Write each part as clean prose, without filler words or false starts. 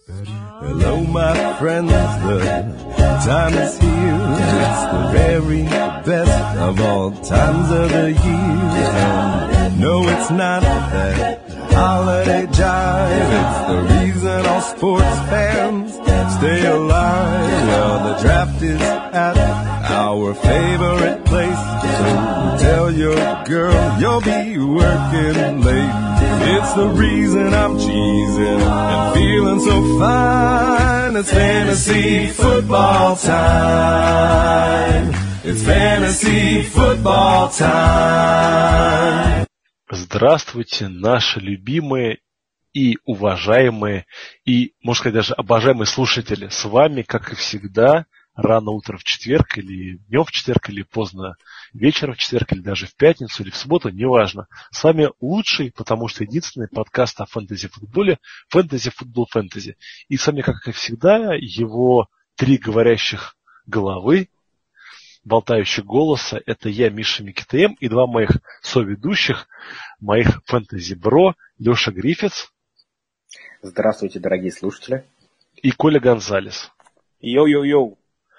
Hello, my friends, the time is here. It's the very best of all times of the year. And no, it's not that holiday jive. It's the reason all sports fans stay alive. Well, the draft is at our favorite place. So tell your girl you'll be working late. It's the reason I'm cheesing and feeling so fine. It's fantasy football time. It's fantasy football time. Здравствуйте, наши любимые и уважаемые, и, можно сказать, даже обожаемые слушатели. С вами, как и всегда, рано утром в четверг, или днем в четверг, или поздно вечером в четверг, или даже в пятницу, или в субботу, неважно. С вами лучший, потому что единственный подкаст о фэнтези-футболе «Фэнтези Футбол Фэнтези». И с вами, как и всегда, его три говорящих головы, болтающих голоса. Это я, Миша Микитеем, и два моих соведущих, моих фэнтези-бро, Леша Гриффитс. Здравствуйте, дорогие слушатели. И Коля Гонзалес. Йоу-йоу-йоу.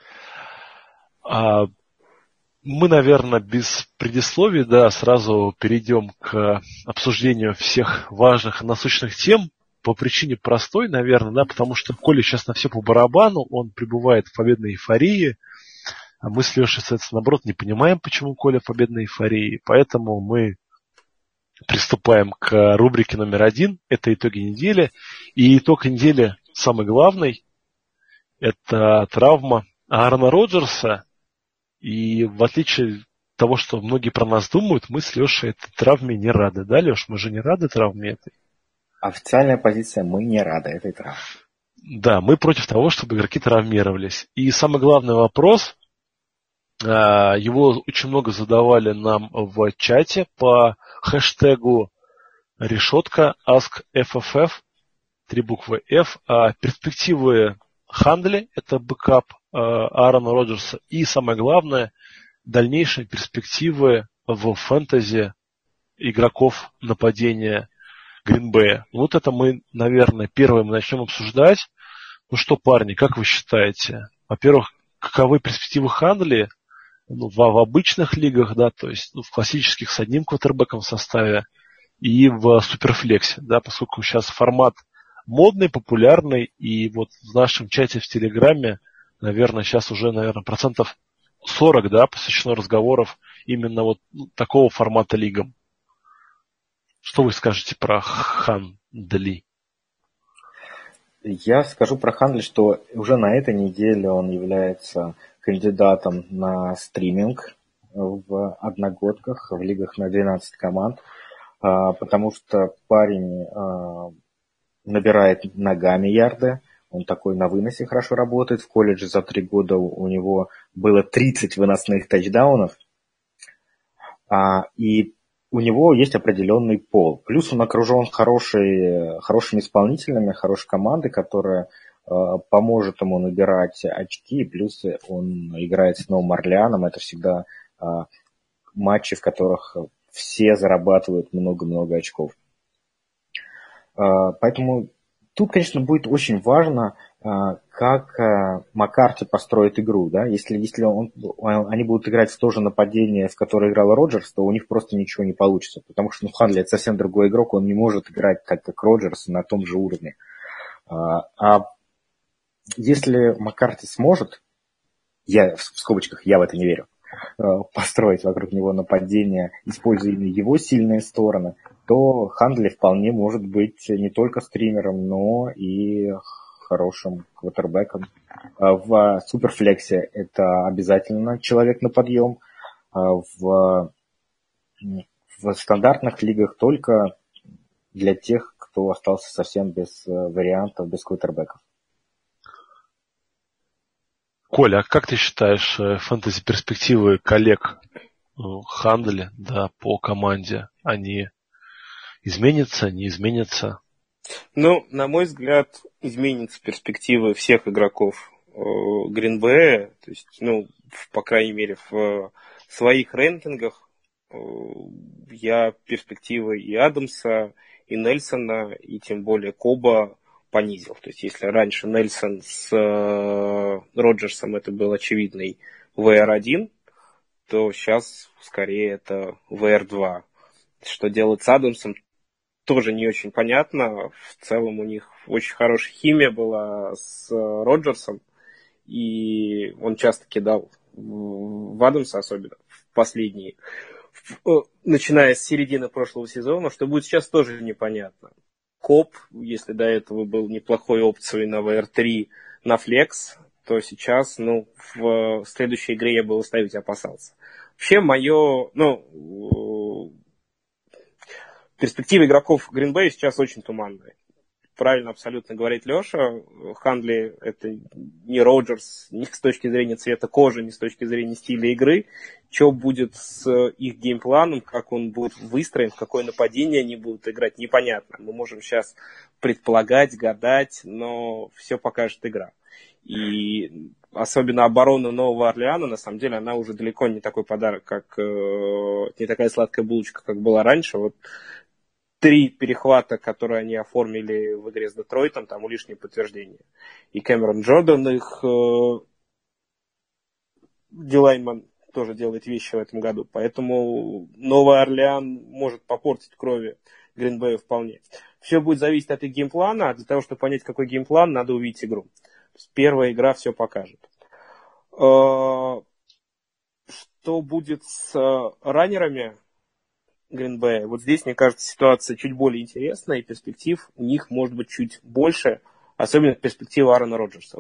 Мы, наверное, без предисловий, сразу перейдем к обсуждению всех важных и насущных тем. По причине простой, наверное, потому что Коля сейчас на все по барабану, он пребывает в победной эйфории, а мы с Лешей, соответственно, наоборот, не понимаем, почему Коля в победной эйфории, поэтому мы приступаем к рубрике номер 1, это итоги недели. И итог недели самый главный, это травма Аарона Роджерса. И в отличие от того, что многие про нас думают, мы с Лешей этой травме не рады. Да, Леш, мы же не рады травме этой? Официальная позиция, мы не рады этой травме. Да, мы против того, чтобы игроки травмировались. И самый главный вопрос, его очень много задавали нам в чате по хэштегу решетка AskFFF, 3 буквы F, перспективы Хандли, это бэкап Аарона Роджерса, и самое главное, дальнейшие перспективы в фэнтези игроков нападения Грин-Бэя. Вот это мы, наверное, первым начнем обсуждать. Ну что, парни, как вы считаете? Во-первых, каковы перспективы Хандли в обычных лигах, то есть в классических с одним квотербеком в составе и в суперфлексе, поскольку сейчас формат модный, популярный, и вот в нашем чате в Телеграме, наверное, сейчас уже, процентов 40, посвящено разговоров именно вот такого формата лигам. Что вы скажете про Хандли? Я скажу про Хандли, что уже на этой неделе он является кандидатом на стриминг в одногодках, в лигах на 12 команд, потому что парень набирает ногами ярды, он такой на выносе хорошо работает. В колледже за 3 года у него было 30 выносных тачдаунов, и у него есть определенный пол. Плюс он окружен хорошими исполнителями, хорошей командой, которая поможет ему набирать очки. Плюс он играет с Новым Орлеаном. Это всегда матчи, в которых все зарабатывают много-много очков. Поэтому тут, конечно, будет очень важно, как Маккарти построит игру. Если они будут играть в то же нападение, в которое играл Роджерс, то у них просто ничего не получится. Потому что Хандли это совсем другой игрок, он не может играть так, как Роджерс, на том же уровне. А если Маккарти сможет, я в скобочках, я в это не верю, построить вокруг него нападение, используя именно его сильные стороны, то Хандли вполне может быть не только стримером, но и хорошим квотербеком. В суперфлексе это обязательно человек на подъем. В стандартных лигах только для тех, кто остался совсем без вариантов, без квотербеков. Коля, а как ты считаешь, фэнтези-перспективы коллег Хандли, по команде, они изменятся, не изменятся? На мой взгляд, изменятся перспективы всех игроков Грин-Бэя, то есть, по крайней мере, в своих рэнкингах я перспективы и Адамса, и Нельсона, и тем более Коба понизил. То есть если раньше Нельсон с Роджерсом это был очевидный VR1, то сейчас скорее это VR2. Что делать с Адамсом, тоже не очень понятно. В целом у них очень хорошая химия была с Роджерсом, и он часто кидал в Адамса, особенно в последние, начиная с середины прошлого сезона. Что будет сейчас, тоже непонятно. Коп, если до этого был неплохой опцией на VR3 на флекс, то сейчас, в следующей игре я бы его ставить опасался. Вообще, перспективы игроков Green Bay сейчас очень туманные. Правильно абсолютно говорит Леша. Хандли это не Роджерс ни с точки зрения цвета кожи, ни с точки зрения стиля игры. Что будет с их геймпланом, как он будет выстроен, в какое нападение они будут играть, непонятно. Мы можем сейчас предполагать, гадать, но все покажет игра. И особенно оборона Нового Орлеана, на самом деле, она уже далеко не такой подарок, не такая сладкая булочка, как была раньше. Вот 3 перехвата, которые они оформили в игре с Детройтом, там лишнее подтверждение. И Кэмерон Джордан, их дилайнман, тоже делает вещи в этом году. Поэтому Новый Орлеан может попортить крови Green Bay вполне. Все будет зависеть от их геймплана, а для того, чтобы понять, какой геймплан, надо увидеть игру. Первая игра все покажет. Что будет с раннерами Green Bay? Вот здесь, мне кажется, ситуация чуть более интересная, и перспектив у них может быть чуть больше, особенно перспектива Аарона Роджерса.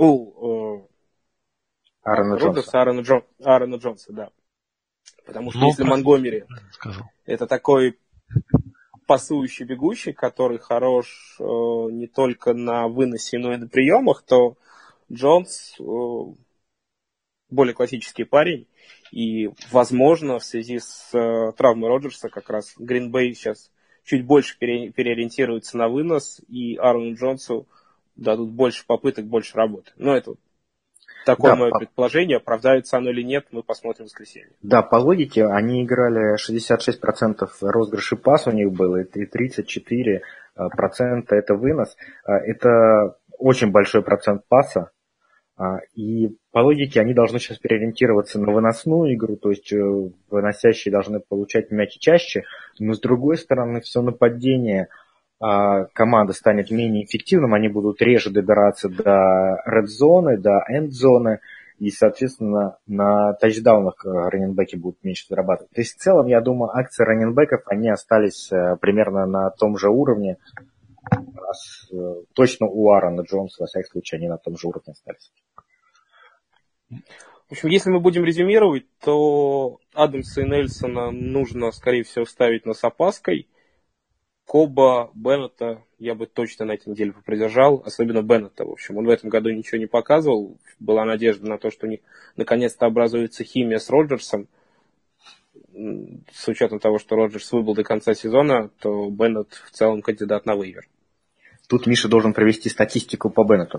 Аарона Джонса, да. Потому что если Монгомери это такой пасующий, бегущий, который хорош не только на выносе, но и на приемах, то Джонс более классический парень. И, возможно, в связи с травмой Роджерса как раз Green Bay сейчас чуть больше переориентируется на вынос, и Аарону Джонсу дадут больше попыток, больше работы. Но это такое мое предположение. Оправдается оно или нет, мы посмотрим в воскресенье. Да, по логике, они играли 66% розыгрышей пас у них было, и 34% это вынос. Это очень большой процент паса. И по логике они должны сейчас переориентироваться на выносную игру, то есть выносящие должны получать мячи чаще, но с другой стороны все нападение команды станет менее эффективным, они будут реже добираться до red-зоны, до end-зоны, и, соответственно, на тачдаунах раннинбеки будут меньше зарабатывать. То есть в целом, я думаю, акции раннинбеков, они остались примерно на том же уровне. Точно у Аарона Джонса, во всяком случае, они на том же уровне остались. В общем, если мы будем резюмировать, то Адамса и Нельсона нужно, скорее всего, ставить с опаской. Коба, Беннета я бы точно на этой неделе попридержал, особенно Беннета. В общем, он в этом году ничего не показывал. Была надежда на то, что у них наконец-то образуется химия с Роджерсом. С учетом того, что Роджерс выбыл до конца сезона, то Беннет в целом кандидат на вейвер. Тут Миша должен провести статистику по Беннету.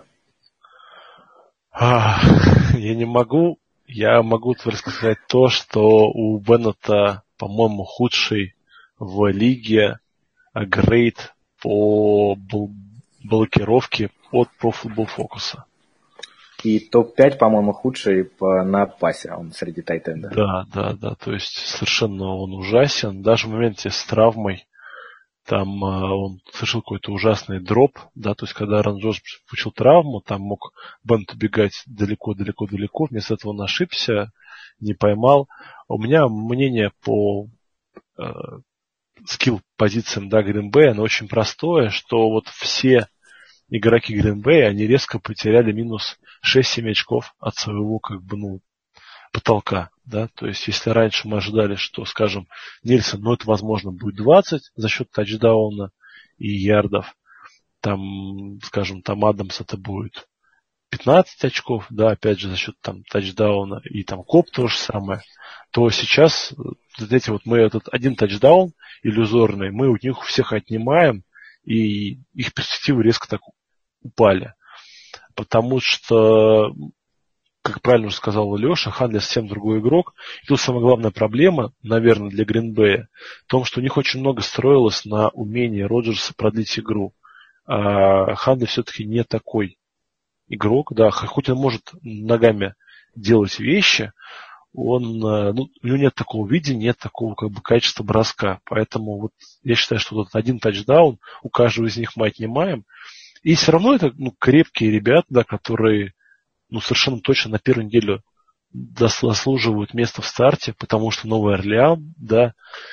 Я не могу. Я могу рассказать то, что у Беннета, по-моему, худший в лиге грейд по блокировке от Pro Football Focus. И топ-5, по-моему, худший на пасе, он среди тайтендов. Да. То есть совершенно он ужасен. Даже в моменте с травмой там он совершил какой-то ужасный дроп, да, то есть когда Аарон Джонс получил травму, там мог Беннет убегать далеко, вместо этого он ошибся, не поймал. У меня мнение по скилл-позициям, да, Green Bay, оно очень простое, что вот все игроки Green Bay, они резко потеряли минус 6-7 очков от своего, потолка, да, то есть если раньше мы ожидали, что, скажем, Нельсон, это, возможно, будет 20 за счет тачдауна и ярдов, там, скажем, там Адамс это будет 15 очков, да, опять же, за счет там тачдауна, и там Коп то же самое, то сейчас, знаете, вот мы этот один тачдаун иллюзорный, мы у них всех отнимаем, и их перспективы резко так упали. Потому что, как правильно уже сказал Леша, Хандли совсем другой игрок. И тут самая главная проблема, наверное, для Green Bay в том, что у них очень много строилось на умении Роджерса продлить игру. Хандли все-таки не такой игрок, да, хоть он может ногами делать вещи, у него нет такого видения, нет такого качества броска. Поэтому вот я считаю, что вот один тачдаун, у каждого из них мы отнимаем. И все равно это крепкие ребята, да, которые совершенно точно на первую неделю заслуживают места в старте, потому что Новый Орлеан, да.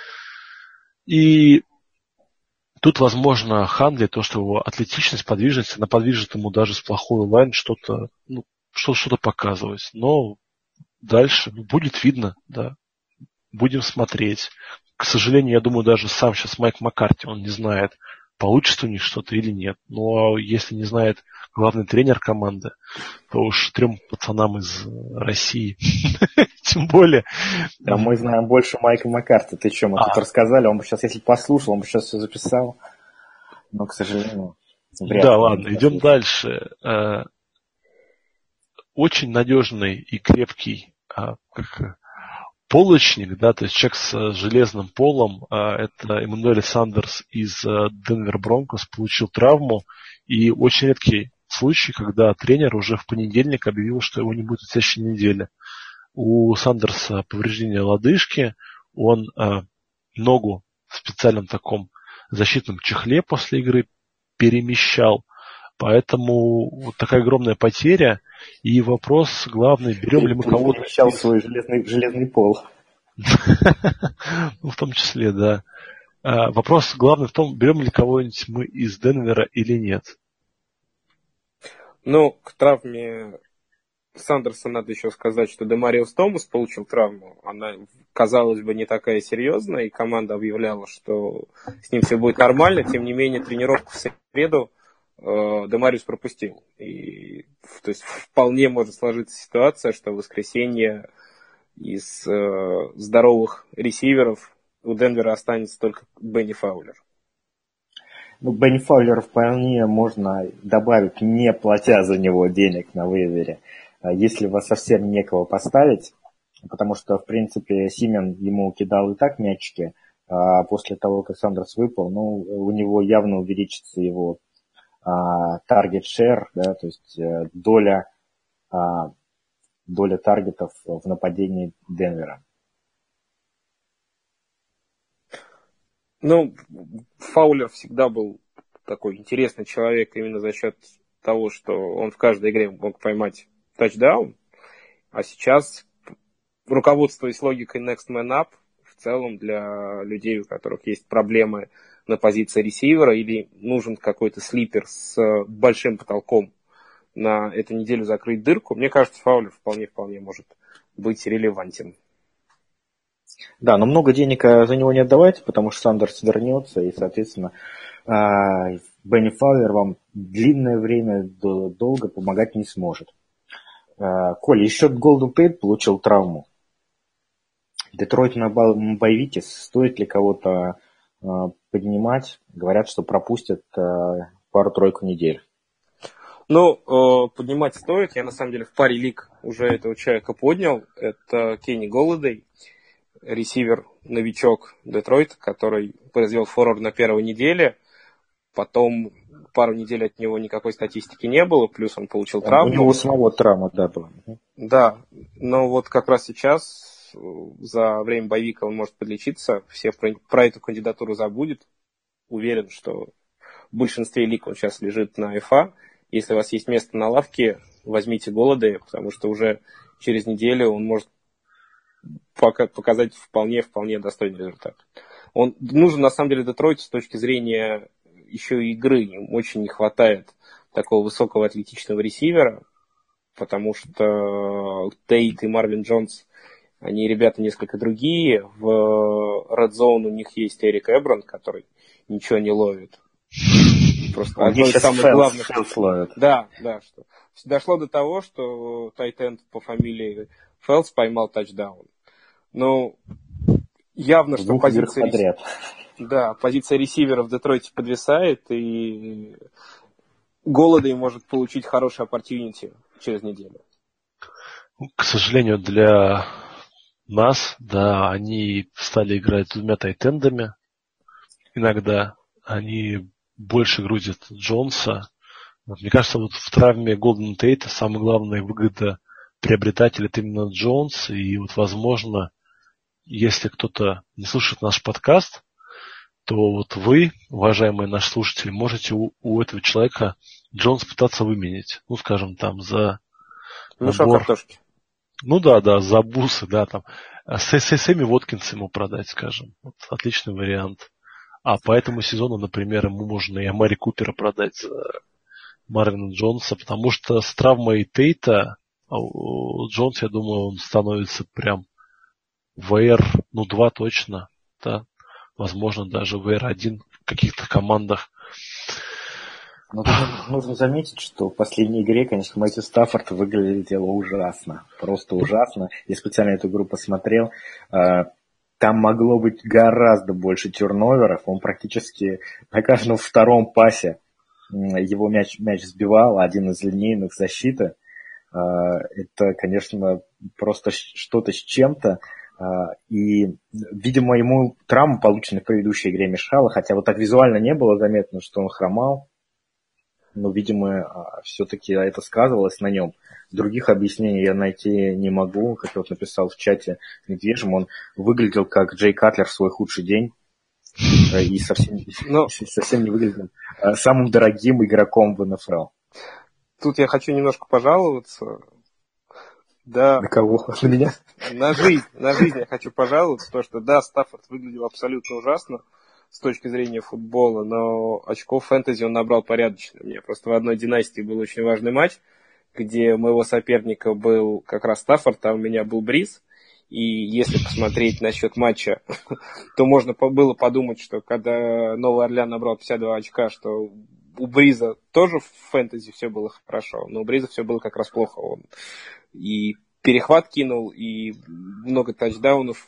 И тут, возможно, Хандли, то, что его атлетичность, подвижность, она подвижет ему даже с плохой онлайн что-то показывать. Но дальше будет видно, да. Будем смотреть. К сожалению, я думаю, даже сам сейчас Майк Маккарти, он не знает, получится у них что-то или нет. Ну, а если не знает главный тренер команды, то уж 3 пацанам из России, тем более. Да, мы знаем больше Майка Маккарти. Ты что, мы тут рассказали, он бы сейчас, если послушал, он бы сейчас все записал. Но, к сожалению, вряд ли. Да, ладно, идем дальше. Очень надежный и крепкий полочник, да, то есть человек с железным полом, это Эммануэль Сандерс из Денвер Бронкос, получил травму, и очень редкий случай, когда тренер уже в понедельник объявил, что его не будет в следующей неделе. У Сандерса повреждение лодыжки, он ногу в специальном таком защитном чехле после игры перемещал, поэтому вот такая огромная потеря. И вопрос главный, берем ли мы кого-то... Перемещал свой железный пол. В том числе, да. Вопрос главный в том, берем ли кого-нибудь мы из Денвера или нет. К травме Сандерса надо еще сказать, что Демариус Томас получил травму. Она, казалось бы, не такая серьезная, и команда объявляла, что с ним все будет нормально. Тем не менее, тренировку в среду Демариус пропустил. И, то есть вполне может сложиться ситуация, что в воскресенье из здоровых ресиверов у Денвера останется только Бенни Фаулер. Бенни Фаулера вполне можно добавить, не платя за него денег на вейвере, если вас совсем некого поставить, потому что, в принципе, Симен ему кидал и так мячики, а после того, как Сандерс выпал, у него явно увеличится его target share, да, то есть доля таргетов в нападении Денвера. Фаулер всегда был такой интересный человек именно за счет того, что он в каждой игре мог поймать тачдаун, а сейчас, руководствуясь логикой Next Man Up, в целом для людей, у которых есть проблемы на позиции ресивера или нужен какой-то слипер с большим потолком на эту неделю закрыть дырку, мне кажется, Фаулер вполне может быть релевантен. Да, но много денег за него не отдавайте, потому что Сандерс вернется, и, соответственно, Бенни Фаулер вам длинное время долго помогать не сможет. Коля, еще Голден Тейт получил травму. Детройт на боевике, стоит ли кого-то поднимать? Говорят, что пропустят пару-тройку недель. Поднимать стоит. Я, на самом деле, в паре лиг уже этого человека поднял. Это Кенни Голладей, ресивер-новичок Детройта, который произвел фурор на первой неделе. Потом пару недель от него никакой статистики не было, плюс он получил травму. У него самого травма, да, была. Да, но вот как раз сейчас, за время боевика, он может подлечиться. Все про эту кандидатуру забудет. Уверен, что в большинстве лиг он сейчас лежит на ФА. Если у вас есть место на лавке, возьмите Голладея, потому что уже через неделю он может показать вполне достойный результат. Он нужен, на самом деле, Детройту с точки зрения еще и игры. Им очень не хватает такого высокого атлетичного ресивера, потому что Тейт и Марвин Джонс, они ребята несколько другие. В Red Zone у них есть Эрик Эброн, который ничего не ловит. Просто одно из самых главных. Да, что дошло до того, что тайтенд по фамилии Фелс поймал тачдаун. Явно, что позиция ресивера в Детройте подвисает, и Голладей может получить хороший opportunity через неделю. К сожалению, для нас, да, они стали играть с 2 тайтендами. Иногда они больше грузит Джонса. Вот, мне кажется, вот в травме Голден Тейта самая главная выгода приобретателя это именно Джонс. И вот, возможно, если кто-то не слушает наш подкаст, то вот вы, уважаемые наши слушатели, можете у этого человека Джонс пытаться выменять. Ну, скажем, там за Мешок картошки. Ну да, за бусы, да, там. С Сэмми Воткинс ему продать, скажем. Вот, отличный вариант. А по этому сезону, например, ему можно и Амари Купера продать за Марвина Джонса, потому что с травмой Тейта Джонс, я думаю, он становится прям VR, 2 точно, да. Возможно, даже VR1 в каких-то командах. Но тут нужно заметить, что в последней игре, конечно, Мэтью Стаффорд выглядел ужасно. Просто ужасно. Я специально эту игру посмотрел. Там могло быть гораздо больше терноверов. Он практически на каждом втором пасе его мяч сбивал, один из линейных защиты. Это, конечно, просто что-то с чем-то. И, видимо, ему травма, полученная в предыдущей игре, мешала. Хотя вот так визуально не было заметно, что он хромал. Но, видимо, все-таки это сказывалось на нем. Других объяснений я найти не могу. Как я вот написал в чате Медвежьем, он выглядел как Джей Катлер в свой худший день. И совсем не выглядел самым дорогим игроком в НФЛ. Тут я хочу немножко пожаловаться. Да. На кого? На меня? На жизнь я хочу пожаловаться. То, что да, Стаффорд выглядел абсолютно ужасно с точки зрения футбола, но очков фэнтези он набрал порядочно. У меня просто в одной династии был очень важный матч, где у моего соперника был как раз Стаффорд, а у меня был Бриз. И если посмотреть насчет матча, то можно было подумать, что когда Новый Орлеан набрал 52 очка, что у Бриза тоже в фэнтези все было хорошо, но у Бриза все было как раз плохо. Он и перехват кинул, и много тачдаунов.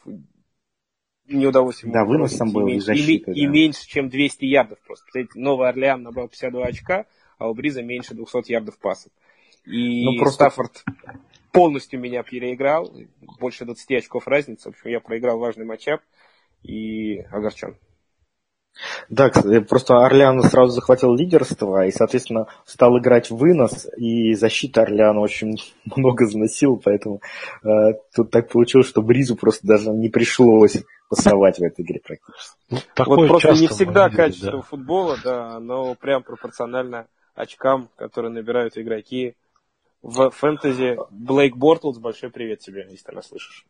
Не удалось ему. Да, вынос там был из защиты. И меньше, чем 200 ярдов просто. Представляете, Новый Орлеан набрал 52 очка, а у Бриза меньше 200 ярдов пасов. И Стаффорд полностью меня переиграл. Больше 20 очков разницы. В общем, я проиграл важный матчап и огорчен. Да, просто Орлеан сразу захватил лидерство и, соответственно, стал играть в вынос, и защита Орлеана очень много заносила, поэтому тут так получилось, что Бризу просто даже не пришлось пасовать в этой игре практически. Вот просто не всегда качество футбола, да, но прям пропорционально очкам, которые набирают игроки в фэнтези. Блейк Бортлс, большой привет тебе, если ты нас слышишь.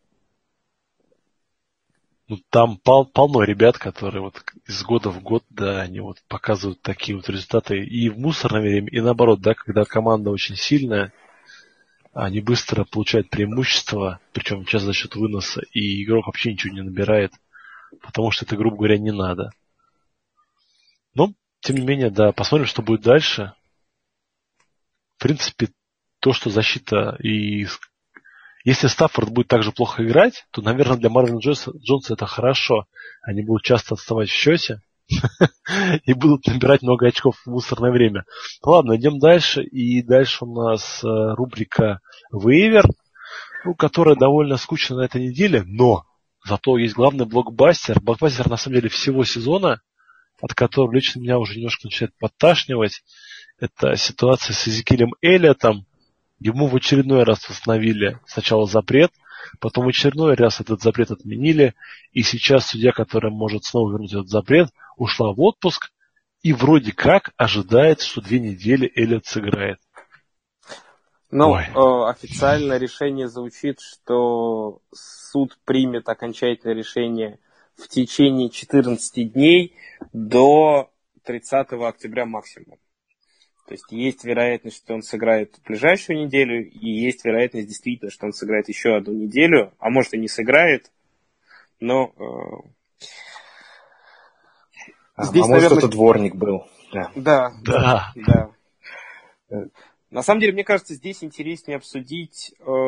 Там полно ребят, которые вот из года в год, да, они вот показывают такие вот результаты и в мусорном время, и наоборот, да, когда команда очень сильная, они быстро получают преимущество, причем часто за счет выноса, и игрок вообще ничего не набирает, потому что это, грубо говоря, не надо. Но, тем не менее, да, посмотрим, что будет дальше. В принципе, то, что защита и... Если Стаффорд будет так же плохо играть, то, наверное, для Марвина Джонса это хорошо. Они будут часто отставать в счете и будут набирать много очков в мусорное время. Ладно, идем дальше. И дальше у нас рубрика «Вейвер», которая довольно скучна на этой неделе, но зато есть главный блокбастер. Блокбастер, на самом деле, всего сезона, от которого лично меня уже немножко начинает подташнивать. Это ситуация с Эзекиэлем Эллиотом. Ему в очередной раз восстановили сначала запрет, потом в очередной раз этот запрет отменили, и сейчас судья, которая может снова вернуть этот запрет, ушла в отпуск и вроде как ожидает, что 2 недели Эллиот сыграет. Но официально решение звучит, что суд примет окончательное решение в течение 14 дней до 30 октября максимум. То есть есть вероятность, что он сыграет в ближайшую неделю, и есть вероятность действительно, что он сыграет еще 1 неделю, а может и не сыграет, но... здесь, наверное, может, это дворник был. Да. На самом деле, мне кажется, здесь интереснее обсудить...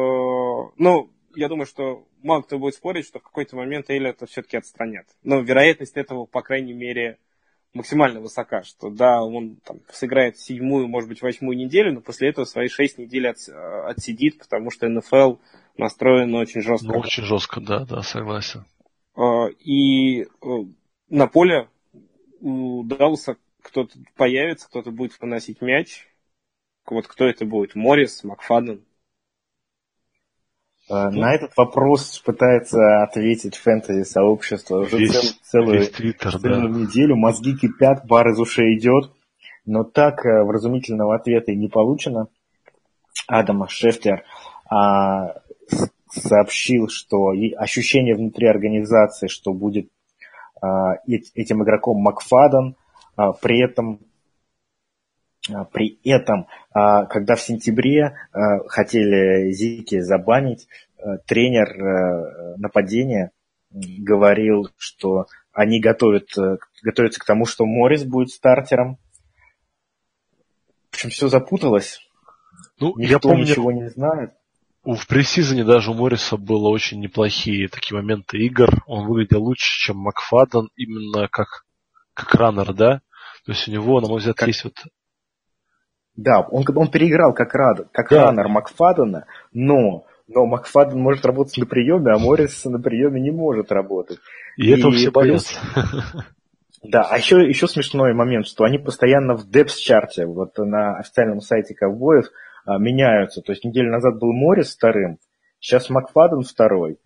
я думаю, что мало кто будет спорить, что в какой-то момент Эллиота все-таки отстранят. Но вероятность этого, по крайней мере... максимально высока, что да, он там сыграет 7-ю, может быть, 8-ю неделю, но после этого свои 6 недель отсидит, потому что НФЛ настроен очень жестко. Очень жестко, да, согласен. И на поле у Далласа кто-то появится, кто-то будет поносить мяч. Вот кто это будет? Моррис, Макфадден? На этот вопрос пытается ответить фэнтези-сообщество уже целую неделю. Мозги кипят, пар из ушей идет. Но так вразумительного ответа и не получено. Адам Шефтер сообщил, что ощущение внутри организации, что будет этим игроком Макфадден, при этом, когда в сентябре хотели Зики забанить, тренер нападения говорил, что они готовятся к тому, что Моррис будет стартером. В общем, все запуталось. Я помню, ничего не знает. В пресизоне даже у Морриса было очень неплохие такие моменты игр. Он выглядел лучше, чем Макфадден, именно как раннер, да? То есть у него, на мой взгляд, есть вот... Да, он переиграл как раннер Макфаддена, но Макфадден может работать на приеме, а Моррис на приеме не может работать. И этого все боятся. Да, а еще смешной момент, что они постоянно в депс-чарте, вот на официальном сайте ковбоев, меняются. То есть неделю назад был Моррис вторым, сейчас Макфадден второй.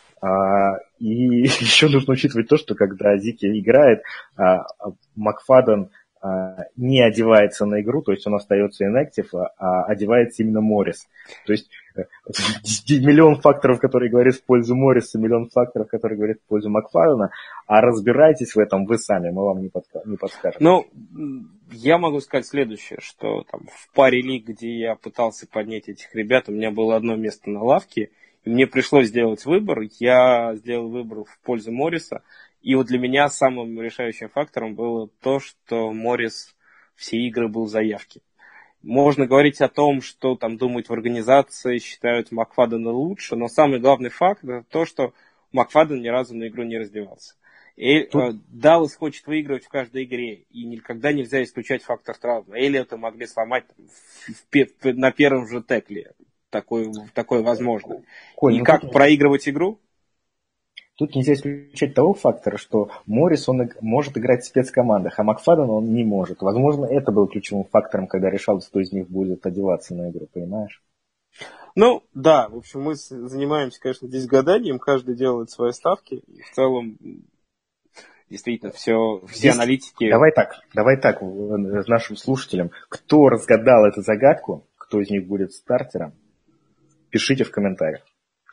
И еще нужно учитывать то, что когда Зики играет, Макфадден не одевается на игру, то есть он остается inactive, а одевается именно Моррис. То есть миллион факторов, которые говорят в пользу Морриса, миллион факторов, которые говорят в пользу Макфаддена, а разбирайтесь в этом вы сами, мы вам не подскажем. Ну, я могу сказать следующее, что там в паре лиг, где я пытался поднять этих ребят, у меня было одно место на лавке, и мне пришлось сделать выбор. Я сделал выбор в пользу Морриса. И вот для меня самым решающим фактором было то, что Моррис все игры был в заявке. Можно говорить о том, что там думают в организации, считают Макфаддена лучше, но самый главный факт это то, что Макфадден ни разу на игру не раздевался. Даллас хочет выигрывать в каждой игре, и никогда нельзя исключать фактор травмы. Эллиота могли сломать на первом же текле. Такое возможно. Коль, и как проигрывать игру? Тут нельзя исключать того фактора, что Моррис, он может играть в спецкомандах, а Макфадден он не может. Возможно, это был ключевым фактором, когда решалось, кто из них будет одеваться на игру, понимаешь? Ну, да, в общем, мы занимаемся, конечно, здесь гаданием, каждый делает свои ставки, и в целом, действительно, все аналитики... Давай так, нашим слушателям, кто разгадал эту загадку, кто из них будет стартером, пишите в комментариях.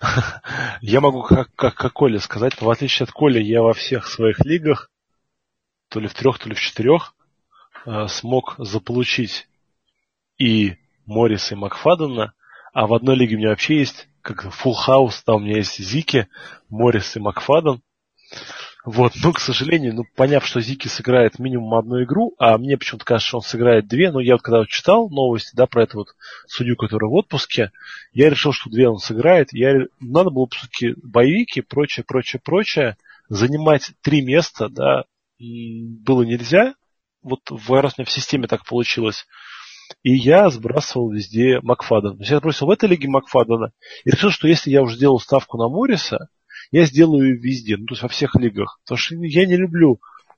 Я могу как Коля сказать, в отличие от Коли, я во всех своих лигах, то ли в 3, то ли в 4, смог заполучить и Морриса, и Макфаддена, а в одной лиге у меня вообще есть, как full house, там у меня есть Зики, Моррис и Макфадден. Вот, но, к сожалению, поняв, что Зики сыграет минимум одну игру, а мне почему-то кажется, что он сыграет 2, но я вот когда читал новости, да, про этого вот судью, который в отпуске, я решил, что 2 он сыграет, надо было все-таки боевики, прочее, занимать 3 места, да, было нельзя, вот раз у меня в системе так получилось, и я сбрасывал везде Макфаддена. То есть я бросил в этой лиге Макфаддена и решил, что если я уже сделал ставку на Морриса, я сделаю везде, то есть во всех лигах. Потому что я не люблю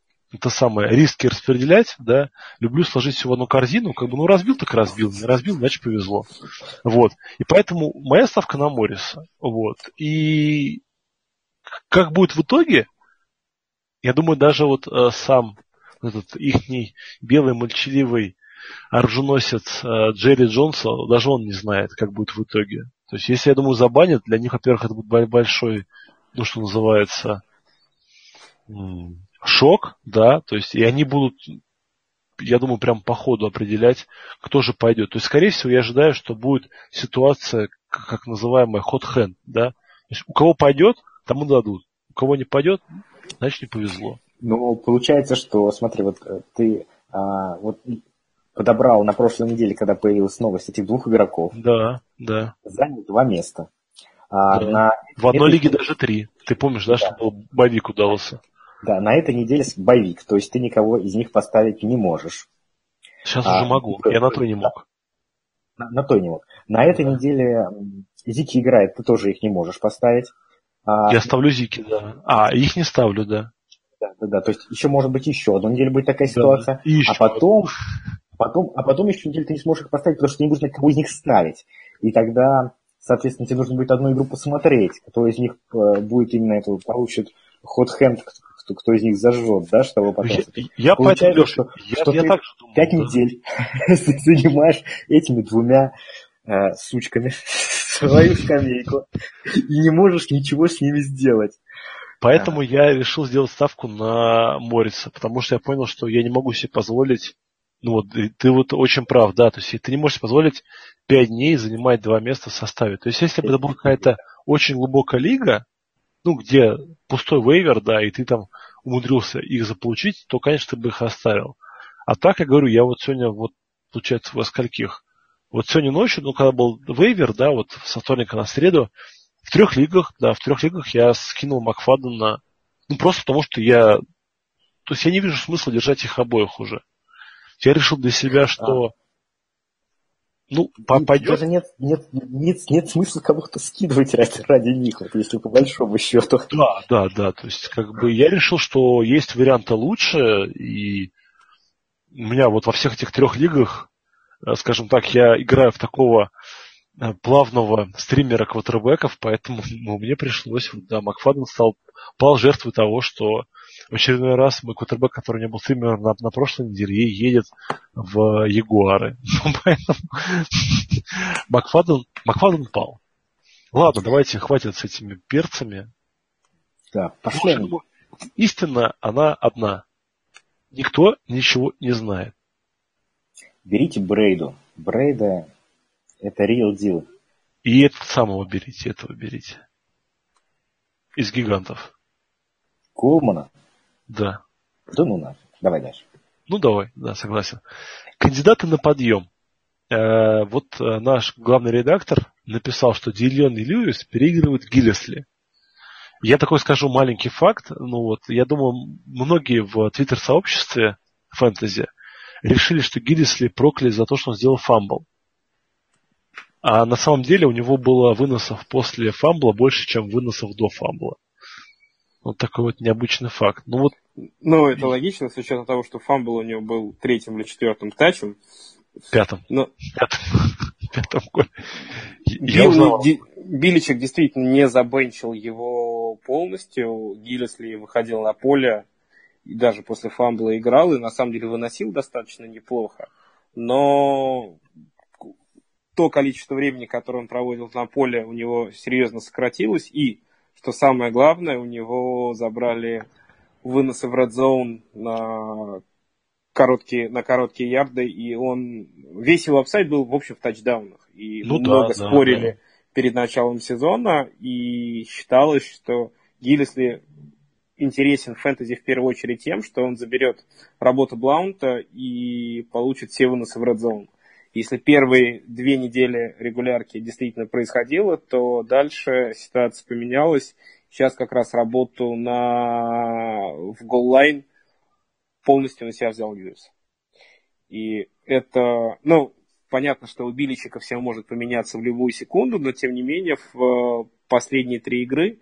риски распределять, да, люблю сложить все в одну корзину, разбил, так разбил, не разбил, значит повезло. Вот. И поэтому моя ставка на Морриса. Вот. И как будет в итоге, я думаю, даже вот сам этот ихний белый молчаливый оруженосец Джерри Джонса, даже он не знает, как будет в итоге. То есть, если, я думаю, забанят, для них, во-первых, это будет большой, что называется, шок, да, то есть, и они будут, я думаю, прям по ходу определять, кто же пойдет. То есть, скорее всего, я ожидаю, что будет ситуация, как называемая hot hand, да. То есть, у кого пойдет, тому дадут. У кого не пойдет, значит, не повезло. Ну, получается, что, смотри, вот ты подобрал на прошлой неделе, когда появилась новость этих 2 игроков. Да. Занял 2 места. Да. В одной лиге даже 3. Ты помнишь, да, что был боевик удался? Да, на этой неделе боевик, то есть ты никого из них поставить не можешь. Сейчас уже могу, я на той не мог. На той не мог. На этой неделе Зики играет, ты тоже их не можешь поставить. Я ставлю Зики, да. Их не ставлю, да. Да. То есть еще может быть еще одну неделю будет такая ситуация, а потом еще неделю ты не сможешь их поставить, потому что ты не будешь на кого из них ставить. И тогда, соответственно, тебе нужно будет одну игру посмотреть, кто из них будет именно эту, получит хот-хенд, кто из них зажжет, да, чтобы потом... Я получается, что ты так же думаю, 5 недель занимаешь этими двумя сучками свою скамейку и не можешь ничего с ними сделать. Поэтому я решил сделать ставку на Морриса, потому что я понял, что я не могу себе позволить, ну вот, ты вот очень прав, да, то есть ты не можешь себе позволить 5 дней занимать 2 места в составе. То есть если бы это была какая-то очень глубокая лига, ну, где пустой вейвер, да, и ты там умудрился их заполучить, то, конечно, ты бы их оставил. А так, я говорю, я вот сегодня, вот, получается, во скольких? Вот сегодня ночью, ну, когда был вейвер, да, вот со вторника на среду, в 3 лигах я скинул Макфадена, ну, просто потому что то есть я не вижу смысла держать их обоих уже. Я решил для себя, что пойдет. Даже нет смысла кого-то скидывать ради них, вот, если по большому счету. Да. То есть, как бы я решил, что есть варианты лучше, и у меня вот во всех этих 3 лигах, скажем так, я играю в такого плавного стримера квотербеков, поэтому мне пришлось, да, Макфаден пал жертвой того, что в очередной раз мой квотербек, который не был стримером на прошлой неделе, едет в Ягуары. Поэтому Макфаден пал. Ладно, давайте, хватит с этими перцами. Да, пошли. Истина, она одна. Никто ничего не знает. Берите Брейду. Брейда — это real deal. И этого берите. Из гигантов. Колмана? Да. Да ну нафиг. Давай дальше. Ну давай, да, согласен. Кандидаты на подъем. Вот наш главный редактор написал, что Диллион и Льюис переигрывают Гиллесли. Я такой скажу маленький факт. Ну вот, я думаю, многие в твиттер-сообществе фэнтези решили, что Гиллесли прокляли за то, что он сделал фамбл. А на самом деле у него было выносов после фамбла больше, чем выносов до фамбла. Вот такой вот необычный факт. Ну, это логично, с учетом того, что фамбл у него был 3-м или 4-м тачем. 5-м. Пятом голе. Биличек действительно не забенчил его полностью. Гиллесли выходил на поле и даже после фамбла играл, и на самом деле выносил достаточно неплохо. Но то количество времени, которое он проводил на поле, у него серьезно сократилось. И, что самое главное, у него забрали выносы в Red Zone на короткие ярды, и весь его апсайд был, в общем, в тачдаунах. И много спорили перед началом сезона, и считалось, что Гиллесли интересен в фэнтези в первую очередь тем, что он заберет работу Блаунта и получит все выносы в Red Zone. Если первые 2 недели регулярки действительно происходило, то дальше ситуация поменялась. Сейчас как раз работу в голлайн полностью на себя взял Льюис. И это, понятно, что у Биличика все может поменяться в любую секунду, но тем не менее в последние 3 игры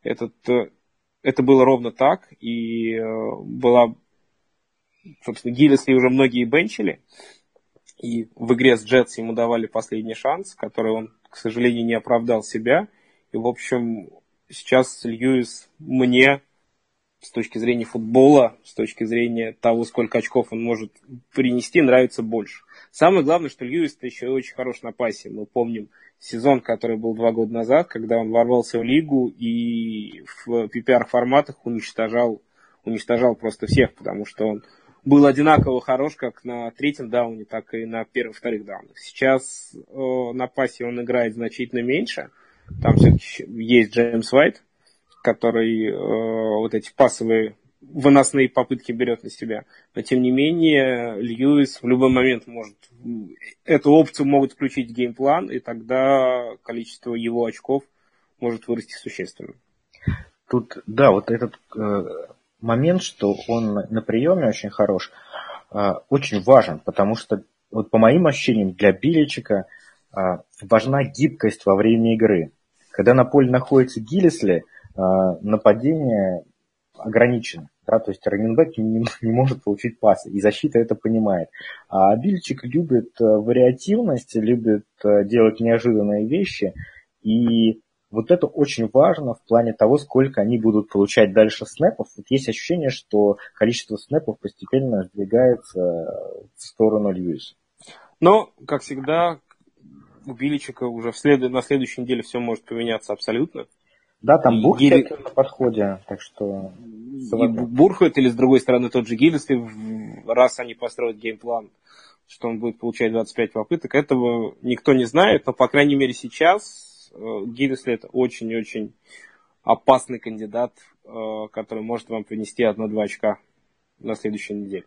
это было ровно так. И собственно, Гиллесли уже многие бенчили. И в игре с Джетс ему давали последний шанс, который он, к сожалению, не оправдал себя. И, в общем, сейчас Льюис мне, с точки зрения футбола, с точки зрения того, сколько очков он может принести, нравится больше. Самое главное, что Льюис-то еще и очень хорош на пасе. Мы помним сезон, который был 2 года назад, когда он ворвался в лигу и в PPR-форматах уничтожал просто всех, потому что он был одинаково хорош как на 3-м дауне, так и на 1-2 даунах. Сейчас на пасе он играет значительно меньше. Там все-таки есть Джеймс Уайт, который вот эти пасовые выносные попытки берет на себя. Но тем не менее, Льюис в любой момент может эту опцию могут включить в геймплан, и тогда количество его очков может вырасти существенно. Тут, да, вот этот момент, что он на приеме очень хорош, очень важен, потому что, вот по моим ощущениям, для Биличика важна гибкость во время игры. Когда на поле находится Гиллесли, нападение ограничено. да, то есть раннинбэк не может получить пас, и защита это понимает. А Бильчик любит вариативность, любит делать неожиданные вещи, и вот это очень важно в плане того, сколько они будут получать дальше снэпов. Вот есть ощущение, что количество снэпов постепенно сдвигается в сторону Льюиса. Но, как всегда, у Биличика уже на следующей неделе все может поменяться абсолютно. Да, там Бурхет на подходе, так что... И Бурхет, или с другой стороны тот же Гиллесли, раз они построят геймплан, что он будет получать 25 попыток, этого никто не знает, но, по крайней мере, сейчас Гиллесли это очень-очень опасный кандидат, который может вам принести 1-2 очка на следующей неделе.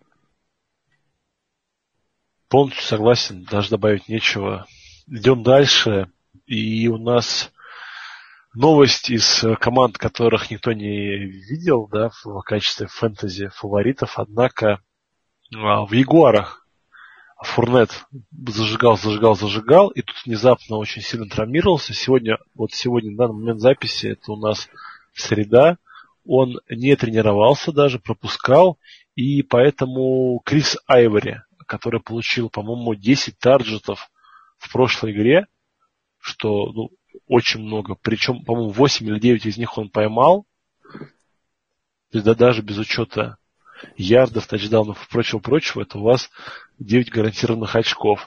Полностью согласен, даже добавить нечего. Идем дальше, и у нас новость из команд, которых никто не видел, да, в качестве фэнтези фаворитов, однако в Ягуарах Фурнет зажигал, и тут внезапно очень сильно травмировался. Сегодня, на данный момент записи, это у нас среда, он не тренировался даже, пропускал, и поэтому Крис Айвори, который получил, по-моему, 10 тарджетов в прошлой игре, что очень много, причем, по-моему, 8 или 9 из них он поймал, то есть да, даже без учета ярдов, тачдаунов и прочего, это у вас 9 гарантированных очков.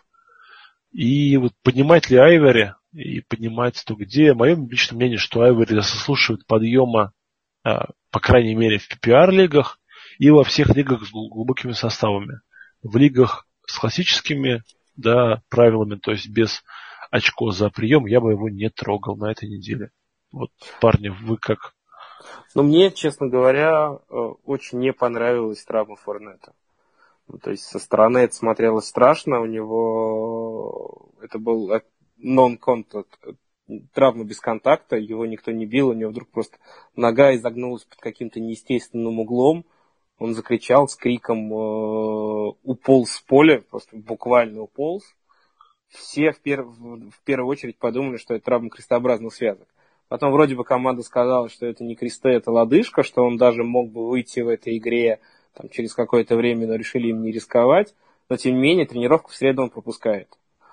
И вот поднимать ли Айвори, и поднимать то где, мое личное мнение, что Айвори заслуживает подъема, по крайней мере, в PPR-лигах и во всех лигах с глубокими составами. В лигах с классическими, да, правилами, то есть без очко за прием, я бы его не трогал на этой неделе. Вот, парни, вы как? Но мне, честно говоря, очень не понравилась травма Форнета. То есть со стороны это смотрелось страшно. У него это был нон-контакт, травма без контакта, его никто не бил, у него вдруг просто нога изогнулась под каким-то неестественным углом. Он закричал с криком, уполз с поля, просто буквально уполз. Все в первую очередь подумали, что это травма крестообразных связок. Потом вроде бы команда сказала, что это не кресты, это лодыжка, что он даже мог бы выйти в этой игре там, через какое-то время, но решили им не рисковать. Но тем не менее тренировку в среду он пропускает.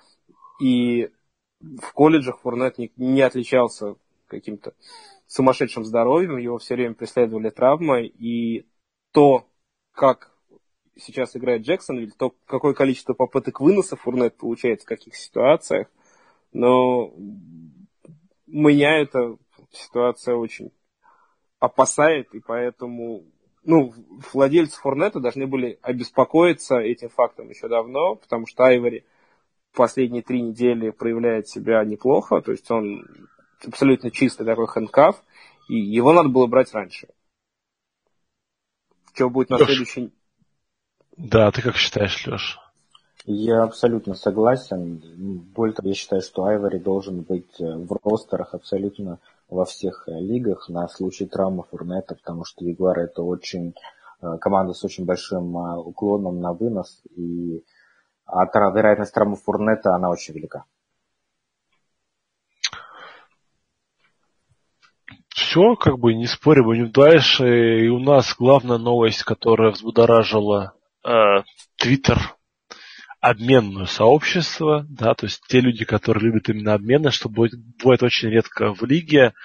И в колледжах Фурнет не отличался каким-то сумасшедшим здоровьем, его все время преследовали травмы. И то, как сейчас играет Джексонвилл, то какое количество попыток выноса Фурнет получает в каких ситуациях, но меня эта ситуация очень опасает, и поэтому владельцы Фурнета должны были обеспокоиться этим фактом еще давно, потому что Айвори последние 3 недели проявляет себя неплохо, то есть он абсолютно чистый такой хэндкаф, и его надо было брать раньше. Что будет на следующий... Да, ты как считаешь, Леш? Я абсолютно согласен. Более того, я считаю, что Айвори должен быть в ростерах абсолютно во всех лигах на случай травмы Фурнета, потому что Ягуары это очень команда с очень большим уклоном на вынос, и вероятность травмы Фурнета, она очень велика. Все, не спорим, будем дальше. И у нас главная новость, которая взбудоражила Твиттер, обменное сообщество, да, то есть те люди, которые любят именно обмены, что бывает очень редко в лиге.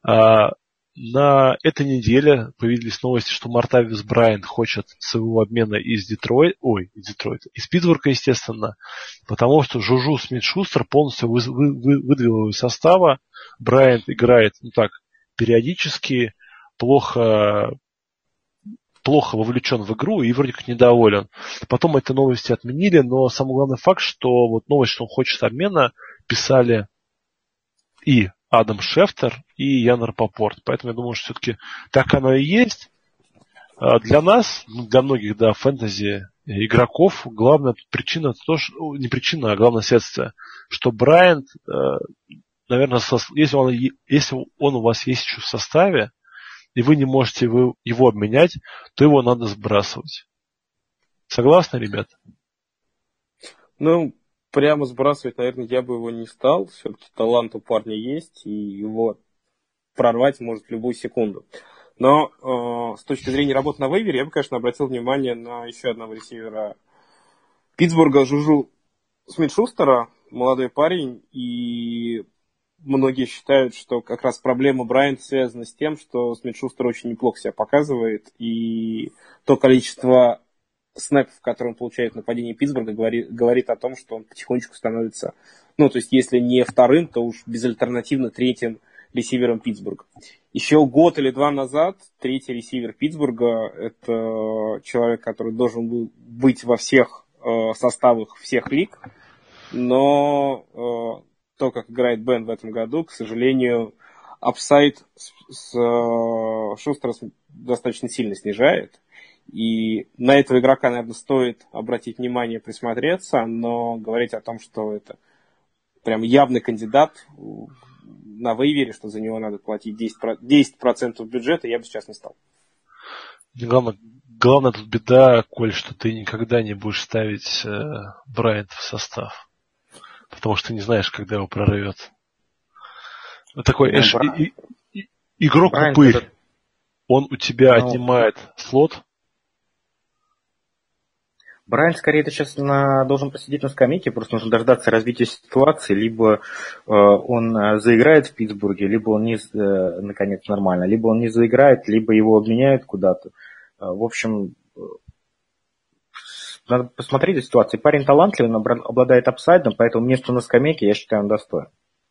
На этой неделе появились новости, что Мартавис Брайант хочет своего обмена из Питтсбурга, естественно, потому что Жужу Смит-Шустер полностью выдвинул его из состава. Брайант играет, периодически, плохо вовлечен в игру и вроде как недоволен. Потом эти новости отменили, но самый главный факт, что новость, что он хочет обмена, писали и Адам Шефтер, и Ян Рапопорт. Поэтому я думаю, что все-таки так оно и есть. Для нас, для многих, фэнтези игроков, главная причина, не причина, а главное следствие, что Брайант, наверное, если он у вас есть еще в составе, и вы не можете его обменять, то его надо сбрасывать. Согласны, ребята? Прямо сбрасывать, наверное, я бы его не стал. Все-таки талант у парня есть, и его прорвать может в любую секунду. Но с точки зрения работы на вейвере, я бы, конечно, обратил внимание на еще одного ресивера Питтсбурга, Жужу Смит-Шустера, молодой парень, и многие считают, что как раз проблема Брайанта связана с тем, что Смит-Шустер очень неплохо себя показывает, и то количество снэпов, которые он получает в нападении Питтсбурга, говорит о том, что он потихонечку становится, то есть если не вторым, то уж безальтернативно третьим ресивером Питтсбурга. Еще год или два назад третий ресивер Питтсбурга — это человек, который должен был быть во всех составах всех лиг, но то, как играет Бен в этом году, к сожалению, апсайд с Шустера достаточно сильно снижает. И на этого игрока, наверное, стоит обратить внимание, присмотреться, но говорить о том, что это прям явный кандидат на вейвере, что за него надо платить 10% бюджета, я бы сейчас не стал. Главное тут беда, Коль, что ты никогда не будешь ставить Брайанта в состав. Потому что ты не знаешь, когда его прорвет. Такой игрок-упырь. Он у тебя отнимает слот. Брайант, скорее, это сейчас должен посидеть на скамейке, просто нужно дождаться развития ситуации, либо он заиграет в Питтсбурге, либо он наконец, нормально, либо он не заиграет, либо его обменяют куда-то. В общем, надо посмотреть за ситуацией. Парень талантливый, он обладает апсайдом, поэтому место на скамейке, я считаю, он достоин.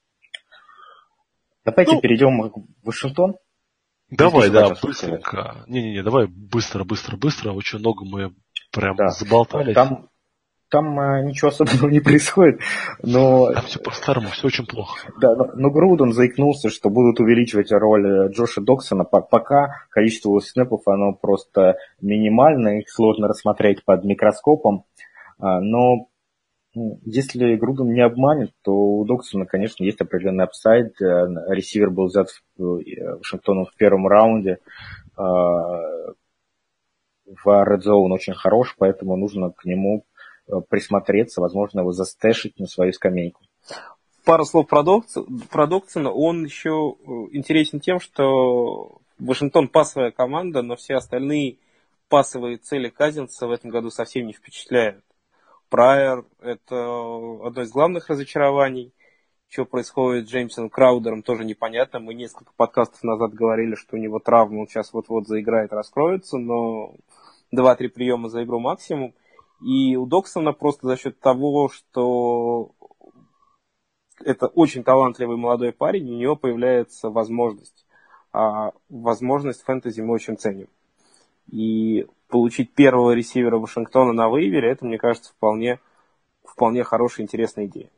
Давайте перейдем в Вашингтон. Давай, да, быстренько. Не-не-не, давай быстро. Очень много мы прям заболтались. Там ничего особенного не происходит, но... Там все по-старому, все очень плохо. Да, но Груден заикнулся, что будут увеличивать роль Джоша Доксона. Пока количество снэпов, оно просто минимальное, их сложно рассмотреть под микроскопом. Но если Груден не обманет, то у Доксона, конечно, есть определенный апсайд. Ресивер был взят Вашингтоном в первом раунде. В Red Zone очень хорош, поэтому нужно к нему присмотреться, возможно, его застэшить на свою скамейку. Пару слов про Доксона. Он еще интересен тем, что Вашингтон пасовая команда, но все остальные пасовые цели Казинца в этом году совсем не впечатляют. Прайер — это одно из главных разочарований. Что происходит с Джеймсом Краудером, тоже непонятно. Мы несколько подкастов назад говорили, что у него травма, он сейчас вот-вот заиграет, раскроется, но 2-3 приема за игру максимум. И у Доксона просто за счет того, что это очень талантливый молодой парень, у него появляется возможность. А возможность фэнтези мы очень ценим. И получить первого ресивера Вашингтона на вейвере, это, мне кажется, вполне хорошая, интересная идея.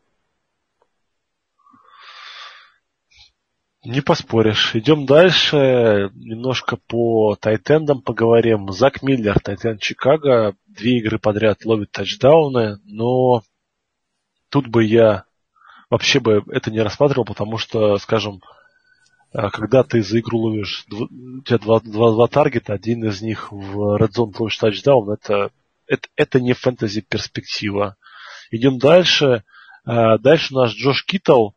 Не поспоришь. Идем дальше. Немножко по тайтендам поговорим. Зак Миллер, тайтенд Чикаго. 2 игры подряд ловит тачдауны. Но тут бы я вообще бы это не рассматривал, потому что, скажем, когда ты за игру ловишь, у тебя два таргета, один из них в Red Zone ловишь тачдаун, это не фэнтези перспектива. Идем дальше. Дальше у нас Джош Киттл,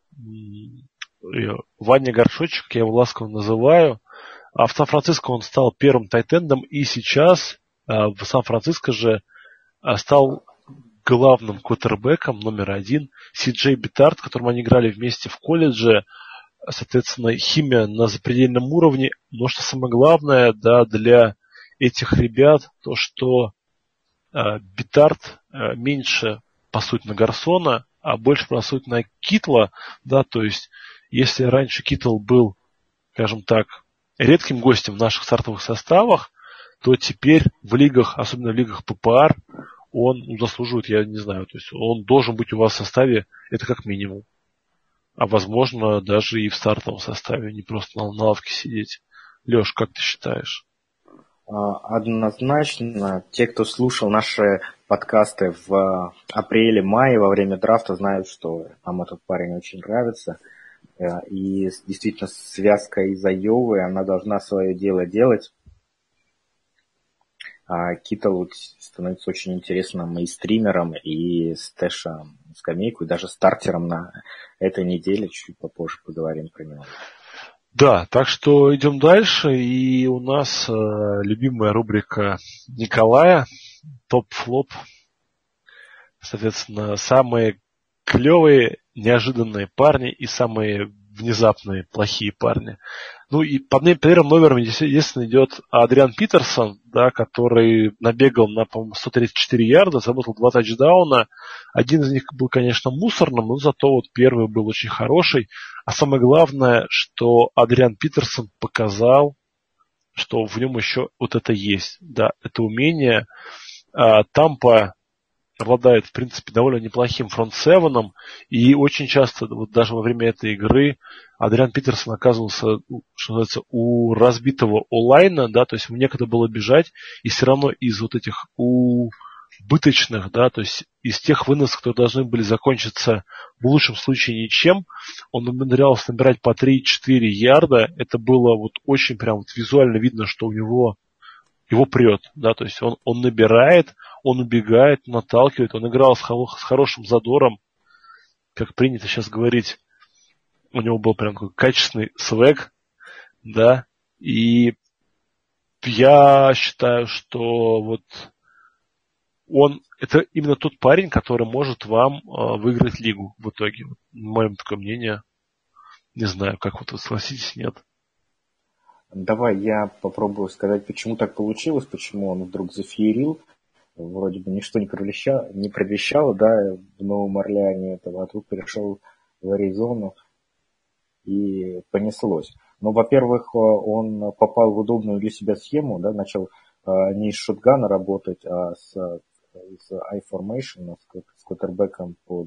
Ваня Горшочек, я его ласково называю. А в Сан-Франциско он стал первым тайтендом, и сейчас в Сан-Франциско же стал главным квотербеком номер 1 Си-Джей Битард, которым они играли вместе в колледже. Соответственно, химия на запредельном уровне. Но что самое главное, да, для этих ребят, то, что Битард меньше пасует на Гарсона, а больше пасует на Китла, да, то есть если раньше Китл был, скажем так, редким гостем в наших стартовых составах, то теперь в лигах, особенно в лигах ППР, он заслуживает, я не знаю, то есть он должен быть у вас в составе, это как минимум. А возможно, даже и в стартовом составе, не просто на лавке сидеть. Леш, как ты считаешь? Однозначно, те, кто слушал наши подкасты в апреле-мае во время драфта, знают, что нам этот парень очень нравится. И действительно, связка из Айовы, она должна свое дело делать. Киттл становится очень интересным и стримером, и стэшем скамейку, и даже стартером на этой неделе. Чуть попозже поговорим про него. Да, так что идем дальше, и у нас любимая рубрика Николая, топ-флоп. Соответственно, самые клевые, неожиданные парни и самые внезапные, плохие парни. Ну и под первым номером, естественно, идет Адриан Питерсон, да, который набегал на, по-моему, 134 ярда, заработал 2 тачдауна. Один из них был, конечно, мусорным, но зато вот первый был очень хороший. А самое главное, что Адриан Питерсон показал, что в нем еще вот это есть, да, это умение. Тампа обладает, в принципе, довольно неплохим фронт-севеном, и очень часто, вот даже во время этой игры, Адриан Питерсон оказывался, что называется, у разбитого онлайна, да, то есть ему некогда было бежать, и все равно из вот этих убыточных, да, то есть из тех выносов, которые должны были закончиться в лучшем случае ничем, он умудрялся набирать по 3-4 ярда, это было вот очень прям вот визуально видно, что у него его прет, да, то есть он набирает, он убегает, наталкивает, он играл с хорошим задором, как принято сейчас говорить, у него был прям такой качественный свэг, да, и я считаю, что вот он, это именно тот парень, который может вам выиграть лигу в итоге. Мое такое мнение. Не знаю, как вот вы согласитесь, нет? Давай я попробую сказать, почему так получилось, почему он вдруг зафеерил. Вроде бы ничто не предвещало, да, в Новом Орлеане этого, а тут перешел в Аризону и понеслось. Ну, во-первых, он попал в удобную для себя схему, да, начал не из шотгана работать, а с I-formation, с квотербеком под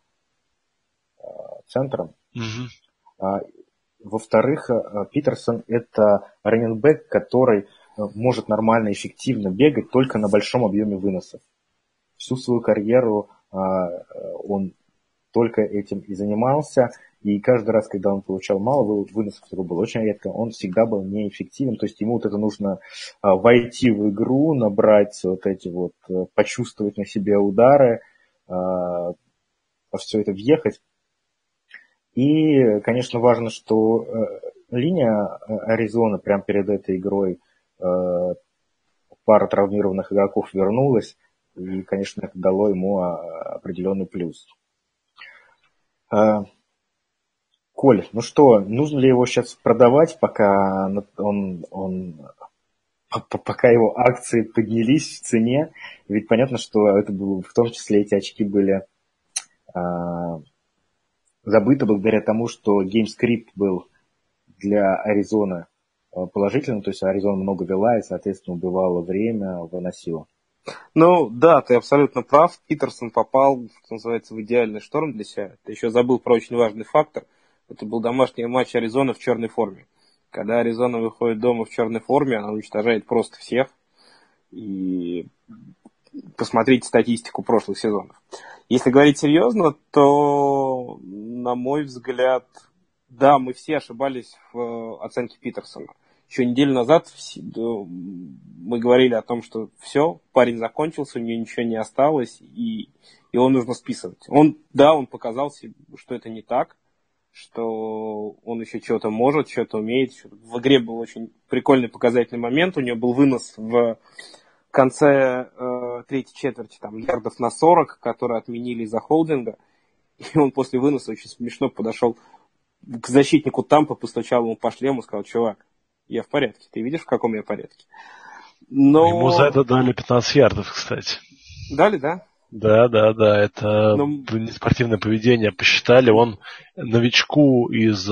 центром. Mm-hmm. Во-вторых, Питерсон – это раннинг-бэк, который может нормально, эффективно бегать только на большом объеме выносов. Всю свою карьеру он только этим и занимался. И каждый раз, когда он получал мало выносов, это было очень редко, он всегда был неэффективен. То есть ему вот это нужно войти в игру, набрать вот эти вот, почувствовать на себе удары, во все это въехать. И, конечно, важно, что линия Аризоны прямо перед этой игрой пара травмированных игроков вернулась. И, конечно, это дало ему определенный плюс. Коль, ну что, нужно ли его сейчас продавать, пока пока его акции поднялись в цене? Ведь понятно, что это было, в том числе эти очки были забыты благодаря тому, что геймскрипт был для Аризоны положительным, то есть Аризона много вела и, соответственно, убивала время, выносила. Ну, да, ты абсолютно прав. Питерсон попал, что называется, в идеальный шторм для себя. Ты еще забыл про очень важный фактор. Это был домашний матч Аризоны в черной форме. Когда Аризона выходит дома в черной форме, она уничтожает просто всех. И посмотрите статистику прошлых сезонов. Если говорить серьезно, то, на мой взгляд, да, мы все ошибались в оценке Питерсона. Еще неделю назад мы говорили о том, что все, парень закончился, у него ничего не осталось, и его нужно списывать. Он показал, что это не так, что он еще что-то может, что-то умеет. В игре был очень прикольный показательный момент. У него был вынос в конце третьей четверти, там, ярдов на 40, которые отменили из-за холдинга. И он после выноса очень смешно подошел к защитнику Тампы, постучал ему по шлему, сказал: чувак, я в порядке. Ты видишь, в каком я порядке? Но... Ему за это дали 15 ярдов, кстати. Дали, да? Да, это неспортивное поведение. Посчитали, он новичку из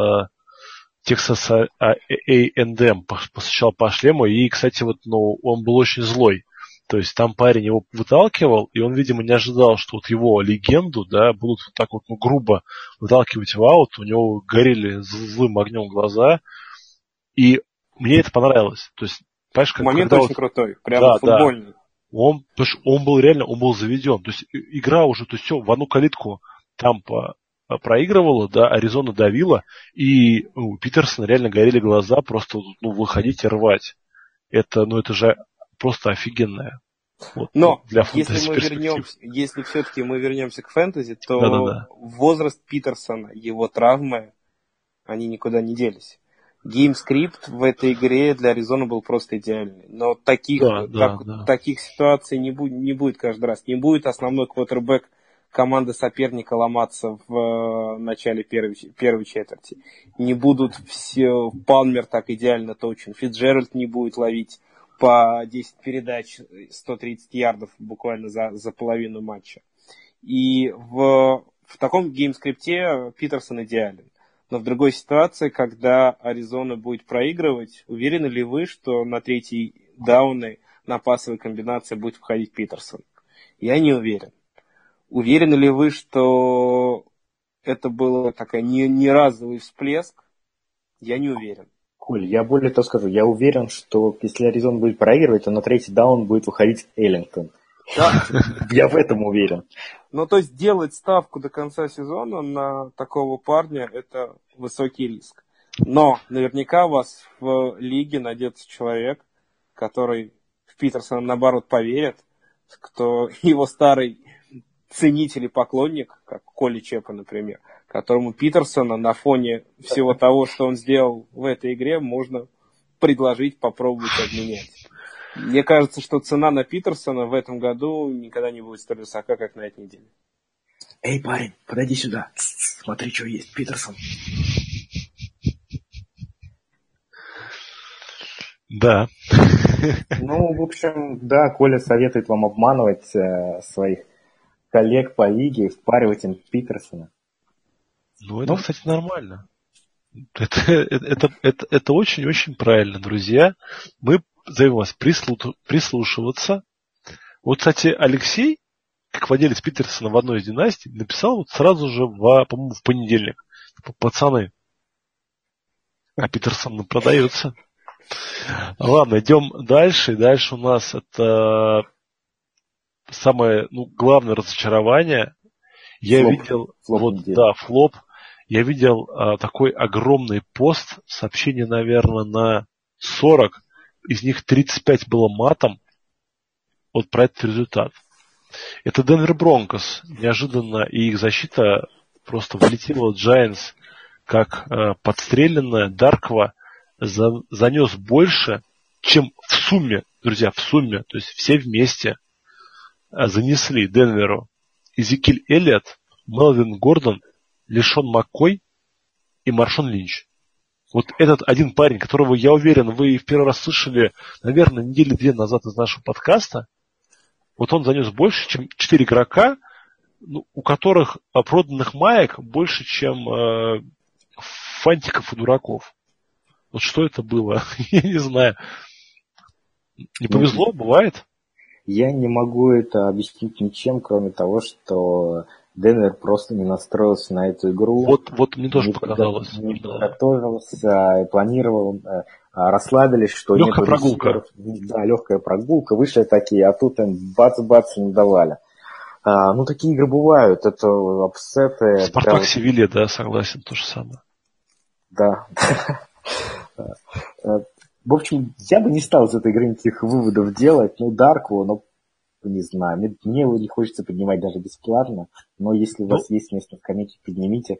Texas A&M постучал по шлему, и, кстати, он был очень злой. То есть там парень его выталкивал, и он, видимо, не ожидал, что вот его легенду, да, будут вот так вот грубо выталкивать в аут. У него горели злым огнем глаза, и мне это понравилось. То есть, понимаешь, момент очень крутой, прямо футбольный. Да. Он был заведен. То есть игра уже, то есть все, в одну калитку Тампа проигрывала, да, Аризона давила, и у Питерсона реально горели глаза, просто выходить и рвать. Это же просто офигенное. Вот, но для если все-таки мы вернемся к фэнтези, то возраст Питерсона, его травмы, Они никуда не делись. Геймскрипт в этой игре для Аризоны был просто идеальный. Но таких ситуаций не будет каждый раз. Не будет основной квотербэк команды соперника ломаться в начале первой четверти. Не будут все... Палмер так идеально точен. Фицджеральд не будет ловить по 10 передач, 130 ярдов буквально за половину матча. И в таком геймскрипте Питерсон идеален. Но в другой ситуации, когда Аризона будет проигрывать, уверены ли вы, что на третьей дауны на пасовой комбинации будет входить Питерсон? Я не уверен. Уверены ли вы, что это был такой не разовый всплеск? Я не уверен. Коль, я более того скажу, я уверен, что если Аризона будет проигрывать, то на третий даун будет выходить Эллингтон. Да. Я в этом уверен. Ну, то есть делать ставку до конца сезона на такого парня – это высокий риск. Но наверняка у вас в лиге найдется человек, который в Питерсона, наоборот, поверит, кто его старый ценитель и поклонник, как Коли Чепа, например, которому Питерсона на фоне всего того, что он сделал в этой игре, можно предложить попробовать обменять. Мне кажется, что цена на Питерсона в этом году никогда не будет столь высока, как на этой неделе. Эй, парень, подойди сюда. Смотри, что есть, Питерсон. Да. Ну, в общем, да, Коля советует вам обманывать своих коллег по лиге, впаривать им Питерсона. Ну, это, кстати, нормально. Это очень-очень правильно, друзья. Мы зовем вас прислушиваться. Вот, кстати, Алексей, как владелец Питерсона в одной из династий, написал вот сразу же, по-моему, в понедельник. Пацаны, а Питерсон продается. Ладно, идем дальше. И дальше у нас это самое главное разочарование. Я видел флоп. Я видел такой огромный пост, сообщение, наверное, на 40. Из них 35 было матом. Вот про этот результат. Это Денвер Бронкос. Неожиданно и их защита просто влетела в Giants как подстреленная. Дарква занес больше, чем в сумме, друзья, в сумме, то есть все вместе занесли Денверу Эзекиль Эллиott, Мелвин Гордон, Лешон Маккой и Маршон Линч. Вот этот один парень, которого, я уверен, вы в первый раз слышали, наверное, недели 2 назад из нашего подкаста, вот он занес больше, чем 4 игрока, у которых проданных маек больше, чем фантиков и дураков. Вот что это было? Я не знаю. Не повезло, бывает? Я не могу это объяснить ничем, кроме того, что Денвер просто не настроился на эту игру. Вот мне тоже показалось. Не подготовился, планировал, расслабились, что легкая прогулка. Да, легкая прогулка, вышли такие, а тут им бац-бац не давали. Такие игры бывают, это апсеты. Спартак Севилья, да, согласен, то же самое. Да. В общем, я бы не стал из этой игры никаких выводов делать. Даркву, не знаю, мне его не хочется поднимать даже бесплатно, но если у вас есть место в скамейке, поднимите.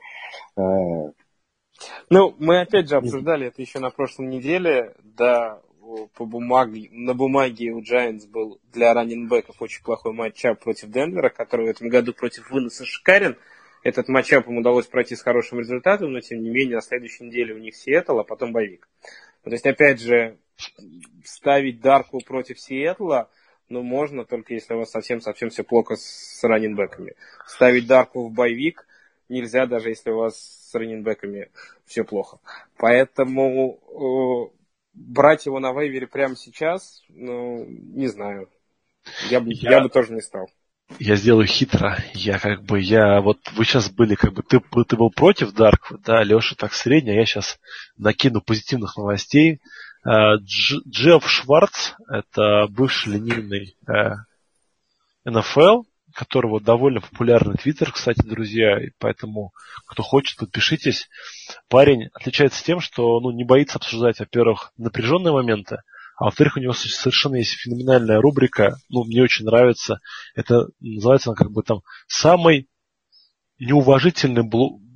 Мы опять же обсуждали это еще на прошлой неделе. Да, на бумаге у Giants был для раннинбеков очень плохой матчап против Денвера, который в этом году против выноса шикарен. Этот матчап им удалось пройти с хорошим результатом, но тем не менее на следующей неделе у них Сиэтл, а потом боевик. То есть, опять же, ставить Дарку против Сиэтла, можно, только если у вас совсем-совсем все плохо с раннинбеками. Ставить Дарку в боевик нельзя, даже если у вас с раннинбеками все плохо. Поэтому брать его на вейвере прямо сейчас, не знаю. Я бы тоже не стал. Я сделаю хитро. Вот вы сейчас были, ты был против Дарква, да, Леша так средний, а я сейчас накину позитивных новостей. Джефф Шварц, это бывший линейный НФЛ, которого довольно популярный твиттер, кстати, друзья, и поэтому, кто хочет, подпишитесь. Парень отличается тем, что не боится обсуждать, во-первых, напряженные моменты, а во-вторых, у него совершенно есть феноменальная рубрика, мне очень нравится, это называется самый неуважительный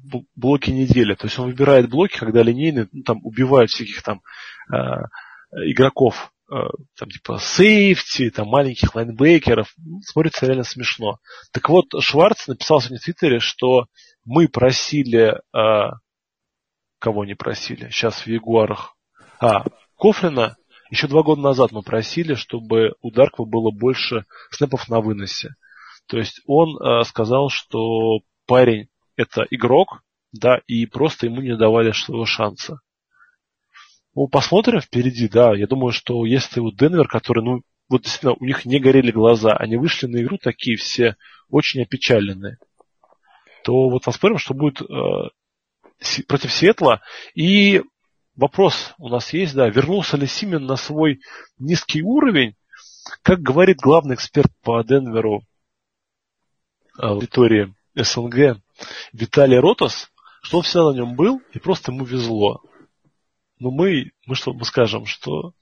блоки недели. То есть он выбирает блоки, когда линейные там убивают всяких там игроков, там типа сейфти, там маленьких лайнбекеров. Смотрится реально смешно. Так вот, Шварц написал сегодня в Твиттере, что мы просили... кого не просили? Сейчас в Ягуарах. Кофлина. Еще 2 года назад мы просили, чтобы у Дарква было больше снэпов на выносе. То есть он сказал, что парень это игрок, да, и просто ему не давали своего шанса. Ну, посмотрим впереди, да. Я думаю, что если вот Денвер, который, ну, вот действительно, у них не горели глаза, они вышли на игру такие все очень опечаленные, то вот посмотрим, что будет против Сиэтла. И вопрос у нас есть, да, вернулся ли Симен на свой низкий уровень? Как говорит главный эксперт по Денверу в территории СНГ Виталий Ротас, что он всегда на нем был, и просто ему везло. Но мы что мы скажем, что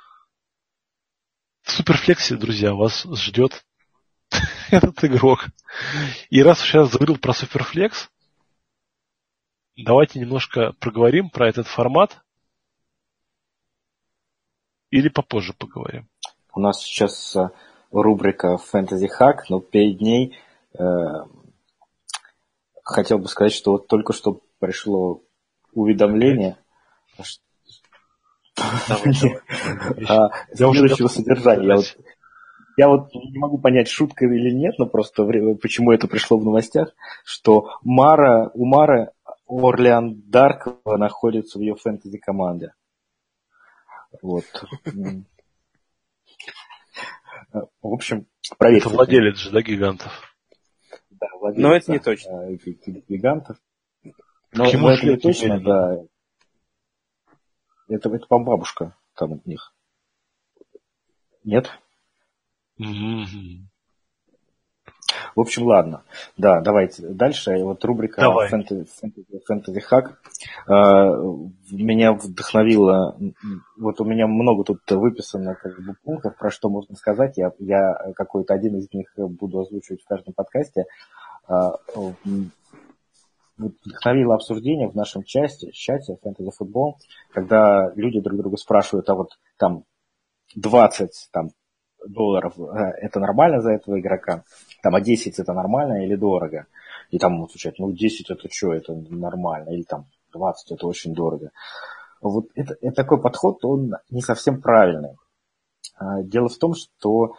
в Суперфлексе, друзья, вас ждет этот игрок. И раз сейчас заговорил про Суперфлекс, давайте немножко проговорим про этот формат. Или попозже поговорим. У нас сейчас рубрика Fantasy Hack, но перед ней хотел бы сказать, что вот только что пришло уведомление следующего содержания. Я вот не могу понять, шутка или нет, но просто почему это пришло в новостях, что у Мары Орлеан Даркова находится в ее фэнтези-команде. Вот. В общем, проверьте. Это владелец же, да, гигантов? Да, владелец. Но это не точно. Гигантов. Но это не точно, да. Это по-моему, бабушка там у них. Нет? В общем, ладно. Да, давайте дальше. Вот рубрика Fantasy Hack. Меня вдохновило. Вот у меня много тут выписано пунктов, про что можно сказать. Я какой-то один из них буду озвучивать в каждом подкасте. Вдохновило обсуждение в нашем чате Fantasy Football, когда люди друг друга спрашивают, а вот там 20 там, $, это нормально за этого игрока? Там, а 10 это нормально или дорого? И там отвечают, 10 это что, это нормально? Или там 20 это очень дорого. Вот это такой подход, он не совсем правильный. Дело в том, что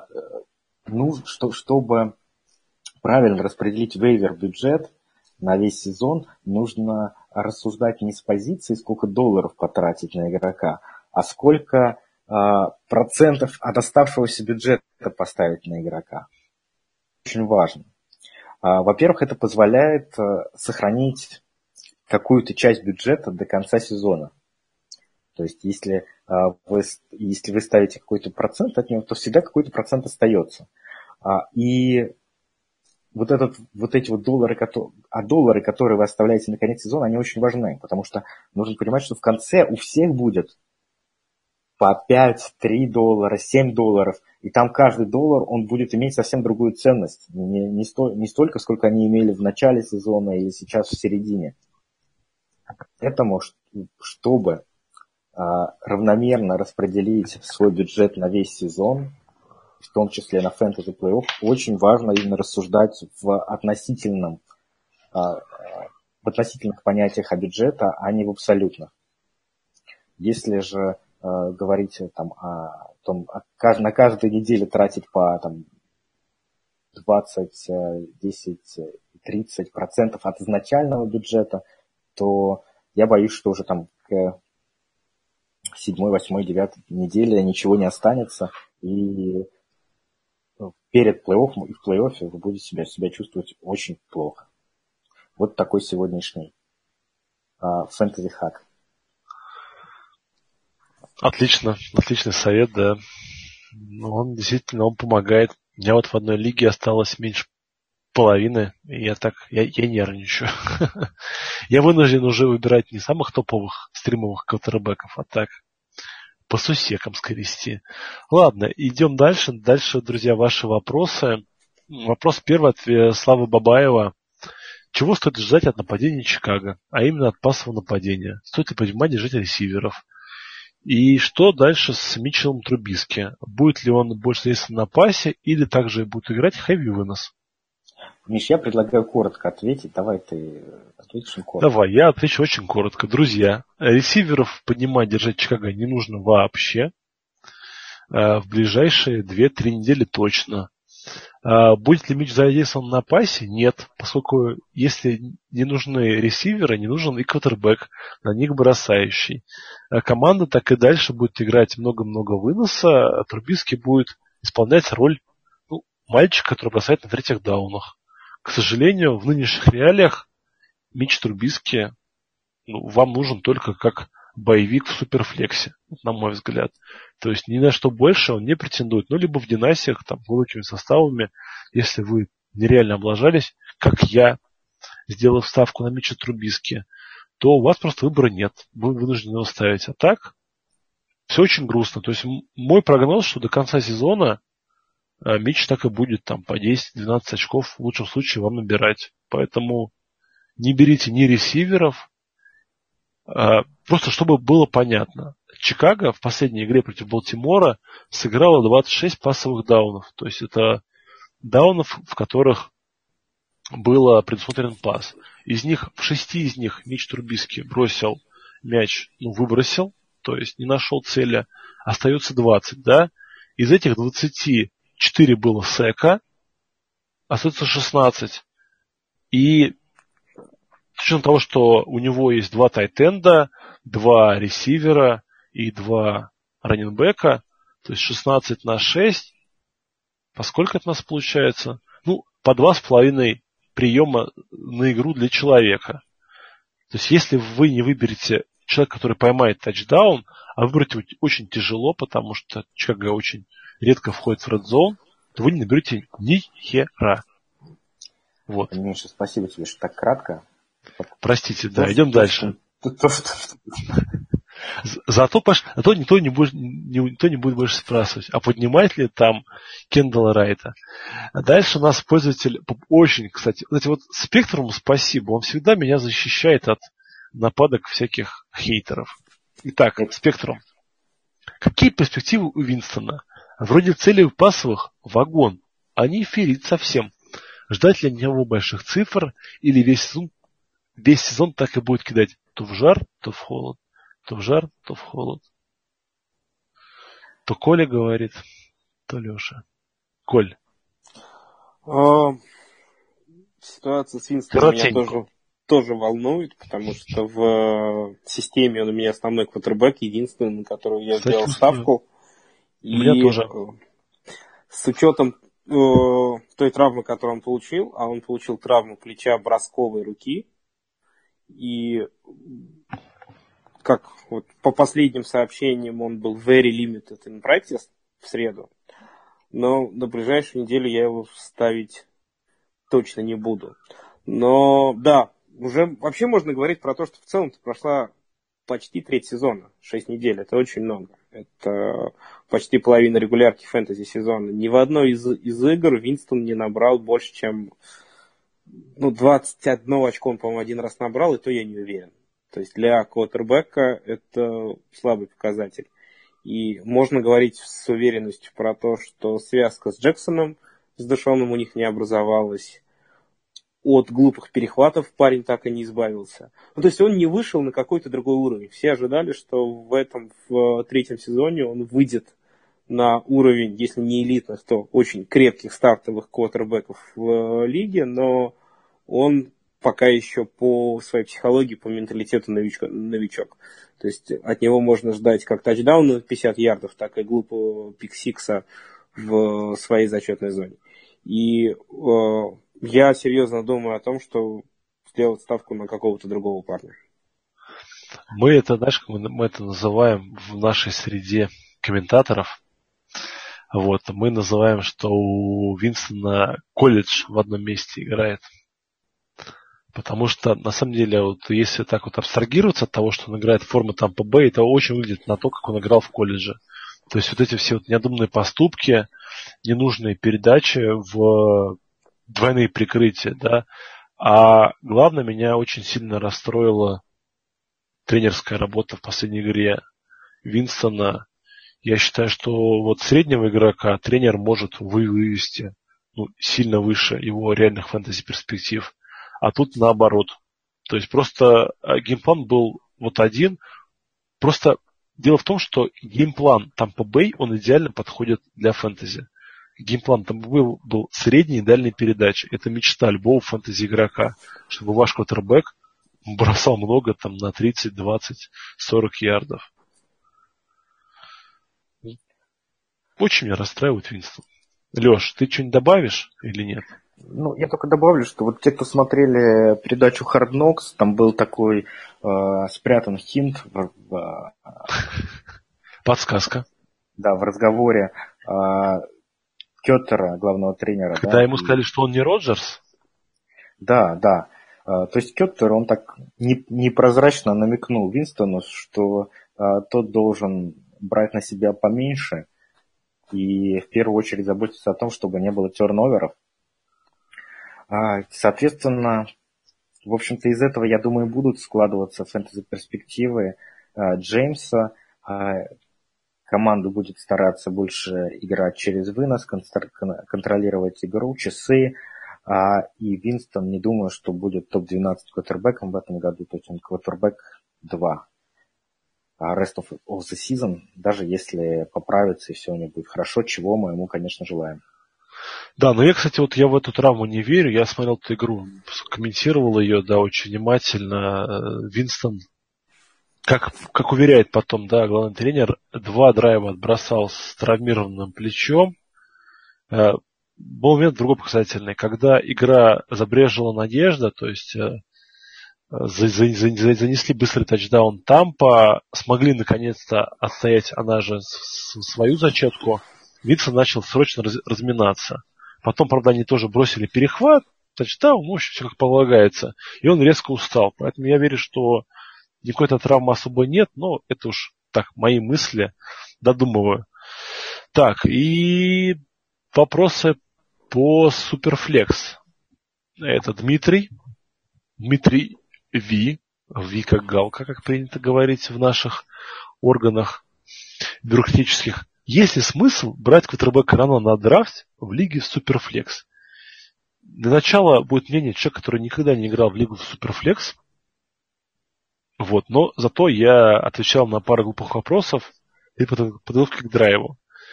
чтобы правильно распределить вейвер-бюджет на весь сезон, нужно рассуждать не с позиции, сколько $, потратить на игрока, а сколько процентов от оставшегося бюджета поставить на игрока. Очень важно. Во-первых, это позволяет сохранить какую-то часть бюджета до конца сезона. То есть, если вы ставите какой-то процент от него, то всегда какой-то процент остается. И эти $, которые вы оставляете на конец сезона, они очень важны, потому что нужно понимать, что в конце у всех будет по 5, $3, $7, и там каждый $, он будет иметь совсем другую ценность. Не столько, сколько они имели в начале сезона или сейчас в середине. Поэтому, чтобы равномерно распределить свой бюджет на весь сезон, в том числе на фэнтези плей-офф, очень важно именно рассуждать в относительных понятиях о бюджете, а не в абсолютных. Если же говорить там, о том, на каждой неделе тратить по 20, 10, 30% от изначального бюджета, то я боюсь, что уже там к 7, 8, 9 неделе ничего не останется, и перед плей-оффом и в плей-оффе вы будете себя чувствовать очень плохо. Вот такой сегодняшний фэнтези-хак. Отлично, отличный совет, да. Он действительно помогает. У меня вот в одной лиге осталось меньше половины, и я нервничаю. Я вынужден уже выбирать не самых топовых стримовых квотербеков, а так по сусекам скрести. Ладно, идем дальше. Дальше, друзья, ваши вопросы. Вопрос первый от Славы Бабаева. Чего стоит ждать от нападения Чикаго, а именно от пасового нападения? Стоит ли поднимать, держать ресиверов? И что дальше с Митчеллом Трубиски? Будет ли он больше задействован на пасе или также будет играть хэви вынос? Миш, я предлагаю коротко ответить. Давай ты ответишь коротко. Давай, я отвечу очень коротко. Друзья, ресиверов поднимать, держать Чикаго не нужно вообще. В ближайшие 2-3 недели точно. Будет ли Митч задействован на пасе? Нет, поскольку если не нужны ресиверы, не нужен и квотербэк, на них бросающий. Команда так и дальше будет играть много-много выноса, Трубиски будет исполнять роль мальчика, который бросает на третьих даунах. К сожалению, в нынешних реалиях Митч Трубиски вам нужен только как боевик в суперфлексе, на мой взгляд. То есть ни на что больше он не претендует. Либо в династиях, там, глубокими составами, если вы нереально облажались, как я, сделав ставку на Митча Трубиски, то у вас просто выбора нет. Вы вынуждены его ставить. А так, все очень грустно. То есть мой прогноз, что до конца сезона Митч так и будет там по 10-12 очков в лучшем случае вам набирать. Поэтому не берите ни ресиверов, просто чтобы было понятно. Чикаго в последней игре против Балтимора сыграла 26 пассовых даунов. То есть это даунов, в которых был предусмотрен пас. В 6 из них Митч Трубиски бросил мяч, выбросил, то есть не нашел цели. Остается 20, да? Из этих 20 4 было сека, остается 16. И с учетом того, что у него есть 2 тайтенда, 2 ресивера и 2 раннинбека, то есть 16 на 6, по сколько это у нас получается? По 2,5 приема на игру для человека. То есть если вы не выберете человека, который поймает тачдаун, а выбрать его очень тяжело, потому что Чикаго очень редко входит в Red Zone, то вы не наберете ни хера. Вот. Миша, спасибо тебе, что так кратко. Простите, да, идем дальше. Зато никто не будет больше спрашивать, а поднимает ли там Кендалла Райта. А дальше у нас пользователь очень, кстати, Спектруму спасибо, он всегда меня защищает от нападок всяких хейтеров. Итак, Спектрум. Какие перспективы у Винстона? Вроде целей пасовых вагон, а не ферит совсем. Ждать ли от него больших цифр или весь сезон так и будет кидать то в жар, то в холод. То в жар, то в холод. То Коля говорит, то Леша. Коль. Ситуация с Винстоном меня тоже волнует, потому что в системе он у меня основной квотербэк, единственный, на которого я сделал ставку. У меня тоже. С учетом той травмы, которую он получил, а он получил травму плеча бросковой руки, и как по последним сообщениям он был very limited in practice в среду, но на ближайшую неделю я его ставить точно не буду. Но да, уже вообще можно говорить про то, что в целом-то прошла почти треть сезона, 6 недель, это очень много. Это почти половина регулярки фэнтези сезона. Ни в одной из игр Винстон не набрал больше, чем 21 очко он, по-моему, один раз набрал, и то я не уверен. То есть для квотербека это слабый показатель. И можно говорить с уверенностью про то, что связка с Джексоном, с Дэшоном у них не образовалась. От глупых перехватов парень так и не избавился. То есть он не вышел на какой-то другой уровень. Все ожидали, что в третьем сезоне он выйдет на уровень, если не элитных, то очень крепких стартовых квотербеков в лиге, но он пока еще по своей психологии, по менталитету новичок. То есть от него можно ждать как тачдауна на 50 ярдов, так и глупого пик-сикса в своей зачетной зоне. И я серьезно думаю о том, что сделать ставку на какого-то другого парня. Мы это, знаешь, мы это называем в нашей среде комментаторов. Мы называем, что у Винстона колледж в одном месте играет. Потому что, на самом деле, если так абстрагироваться от того, что он играет в форме Тампа Бэй, это очень выглядит на то, как он играл в колледже. То есть эти все необдуманные поступки, ненужные передачи в двойные прикрытия, да, А главное, меня очень сильно расстроила тренерская работа в последней игре Винстона. Я считаю, что вот среднего игрока тренер может вывести сильно выше его реальных фэнтези-перспектив. А тут наоборот. То есть просто геймплан был вот один. Просто дело в том, что геймплан Tampa Bay, он идеально подходит для фэнтези. Геймплан Tampa Bay был средней и дальней передачи. Это мечта любого фэнтези-игрока, чтобы ваш квотербэк бросал много там на 30, 20, 40 ярдов. Очень меня расстраивает Винстон. Леш, ты что-нибудь добавишь или нет? Ну, я только добавлю, что вот те, кто смотрели передачу Hard Knocks, там был такой спрятан хинт Подсказка. Да, в разговоре Кеттера, главного тренера. Когда ему сказали, что он не Роджерс? Да. То есть Кеттер, он так непрозрачно намекнул Винстону, что тот должен брать на себя поменьше и в первую очередь заботиться о том, чтобы не было терноверов. Соответственно, в общем-то, из этого, я думаю, будут складываться фэнтези-перспективы Джеймса. Команда будет стараться больше играть через вынос, контролировать игру, часы. И Винстон, не думаю, что будет топ-12 квотербэком в этом году. То есть он квотербэк 2. Rest of the season, даже если поправится и все у него будет хорошо, чего мы ему, конечно, желаем. Да, но я, кстати, я в эту травму не верю. Я смотрел эту игру, комментировал ее, да, очень внимательно. Винстон, как уверяет потом, да, главный тренер, 2 драйва отбросал с травмированным плечом. Был момент другой показательный, когда игра забрежила надежда, то есть занесли быстрый тачдаун Тампа, смогли наконец-то отстоять, она же, свою зачетку. Винстон начал срочно разминаться. Потом, правда, они тоже бросили перехват, тачдаун, все как полагается. И он резко устал. Поэтому я верю, что никакой-то травмы особо нет, но это уж так, мои мысли, додумываю. Так, и вопросы по Суперфлекс. Это Дмитрий Ви как галка, как принято говорить в наших органах бюрократических. Есть ли смысл брать квотербека рано на драфт в лиге Суперфлекс? Для начала будет мнение человека, который никогда не играл в лигу Суперфлекс. Но зато я отвечал на пару глупых вопросов при подготовке к драйву.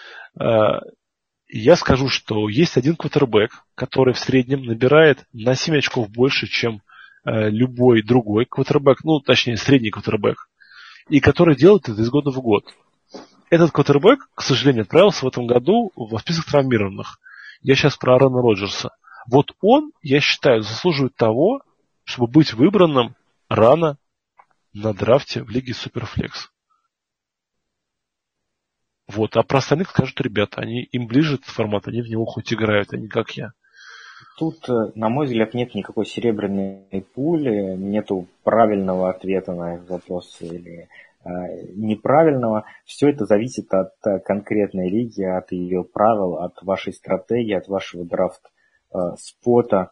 Я скажу, что есть один квотербек, который в среднем набирает на 7 очков больше, чем любой другой квотербек, точнее, средний квотербек, и который делает это из года в год. Этот квотербек, к сожалению, отправился в этом году в список травмированных. Я сейчас про Аарона Роджерса. Вот он, я считаю, заслуживает того, чтобы быть выбранным рано на драфте в лиге Суперфлекс. А про остальных скажут ребята, им ближе этот формат, они в него хоть играют, а не как я. Тут, на мой взгляд, нет никакой серебряной пули, нету правильного ответа на этот вопрос или неправильного. Все это зависит от конкретной лиги, от ее правил, от вашей стратегии, от вашего драфт-спота.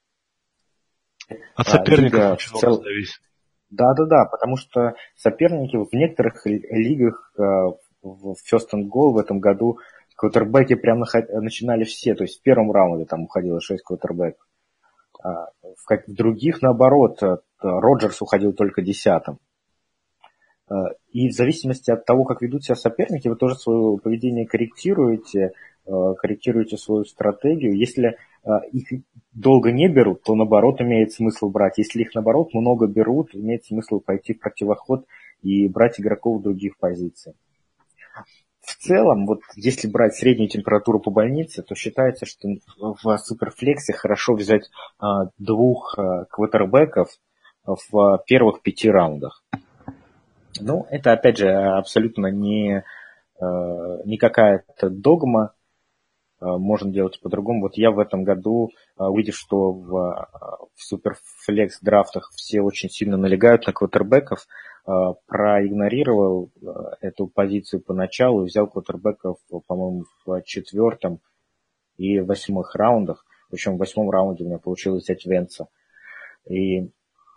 От соперников очень много зависит. Да, потому что соперники в некоторых лигах в First and Goal в этом году квотербеки прямо начинали все, то есть в первом раунде там уходило 6 квотербеков. В других, наоборот, Роджерс уходил только 10-м. И в зависимости от того, как ведут себя соперники, вы тоже свое поведение корректируете свою стратегию. Если их долго не берут, то наоборот имеет смысл брать. Если их наоборот много берут, имеет смысл пойти в противоход и брать игроков в других позициях. В целом, если брать среднюю температуру по больнице, то считается, что в суперфлексе хорошо взять 2 квотербеков в первых 5 раундах. Это, опять же, абсолютно не какая-то догма. Можно делать по-другому. Я в этом году, увидев, что в суперфлекс драфтах все очень сильно налегают на квотербеков, проигнорировал эту позицию поначалу и взял квотербеков, по-моему, в 4-м и 8-х раундах. Причем в 8-м раунде у меня получилось взять Венца. и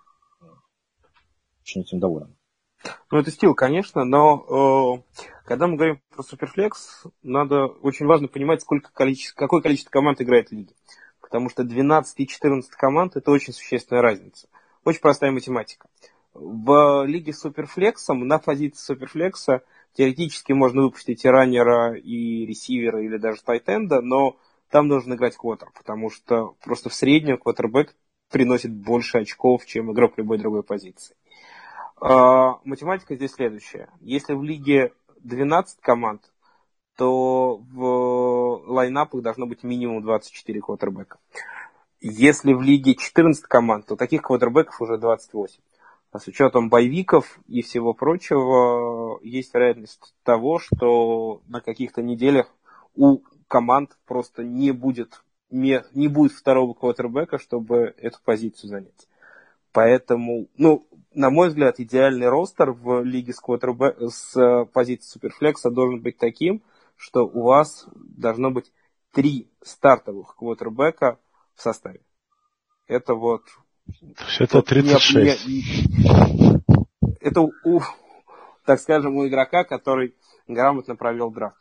очень этим доволен. Ну, это стил, конечно, но когда мы говорим про суперфлекс, очень важно понимать, какое количество команд играет в лиге. Потому что 12 и 14 команд – это очень существенная разница. Очень простая математика. В лиге с суперфлексом, на позиции суперфлекса, теоретически можно выпустить и раннера, и ресивера, или даже тайтенда, но там нужно играть квотер, потому что просто в среднем квотербэк приносит больше очков, чем игрок любой другой позиции. Математика здесь следующая. Если в лиге 12 команд, то в лайнапах должно быть минимум 24 квотербека. Если в лиге 14 команд, то таких квотербеков уже 28. А с учетом боевиков и всего прочего, есть вероятность того, что на каких-то неделях у команд просто не будет второго квотербека, чтобы эту позицию занять. Поэтому, на мой взгляд, идеальный ростер в лиге с позиции суперфлекса должен быть таким, что у вас должно быть 3 стартовых квотербека в составе. Это вот... Это 36. Это, так скажем, у игрока, который грамотно провел драфт.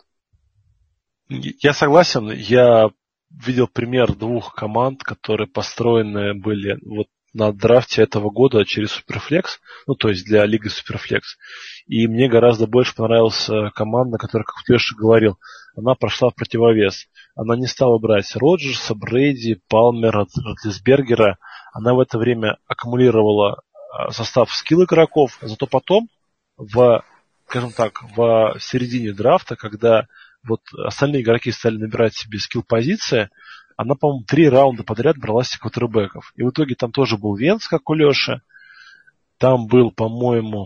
Я согласен. Я видел пример 2 команд, которые построены были вот на драфте этого года через Суперфлекс, то есть для Лиги Суперфлекс. И мне гораздо больше понравилась команда, которая, как Леша говорил, она прошла в противовес. Она не стала брать Роджерса, Брейди, Палмера, Ротлисбергера. Она в это время аккумулировала состав скилл игроков, зато потом в середине драфта, когда вот остальные игроки стали набирать себе скилл-позиции, она, по-моему, 3 раунда подряд брала себе квотербеков. И в итоге там тоже был Венц, как у Леши. Там был, по-моему,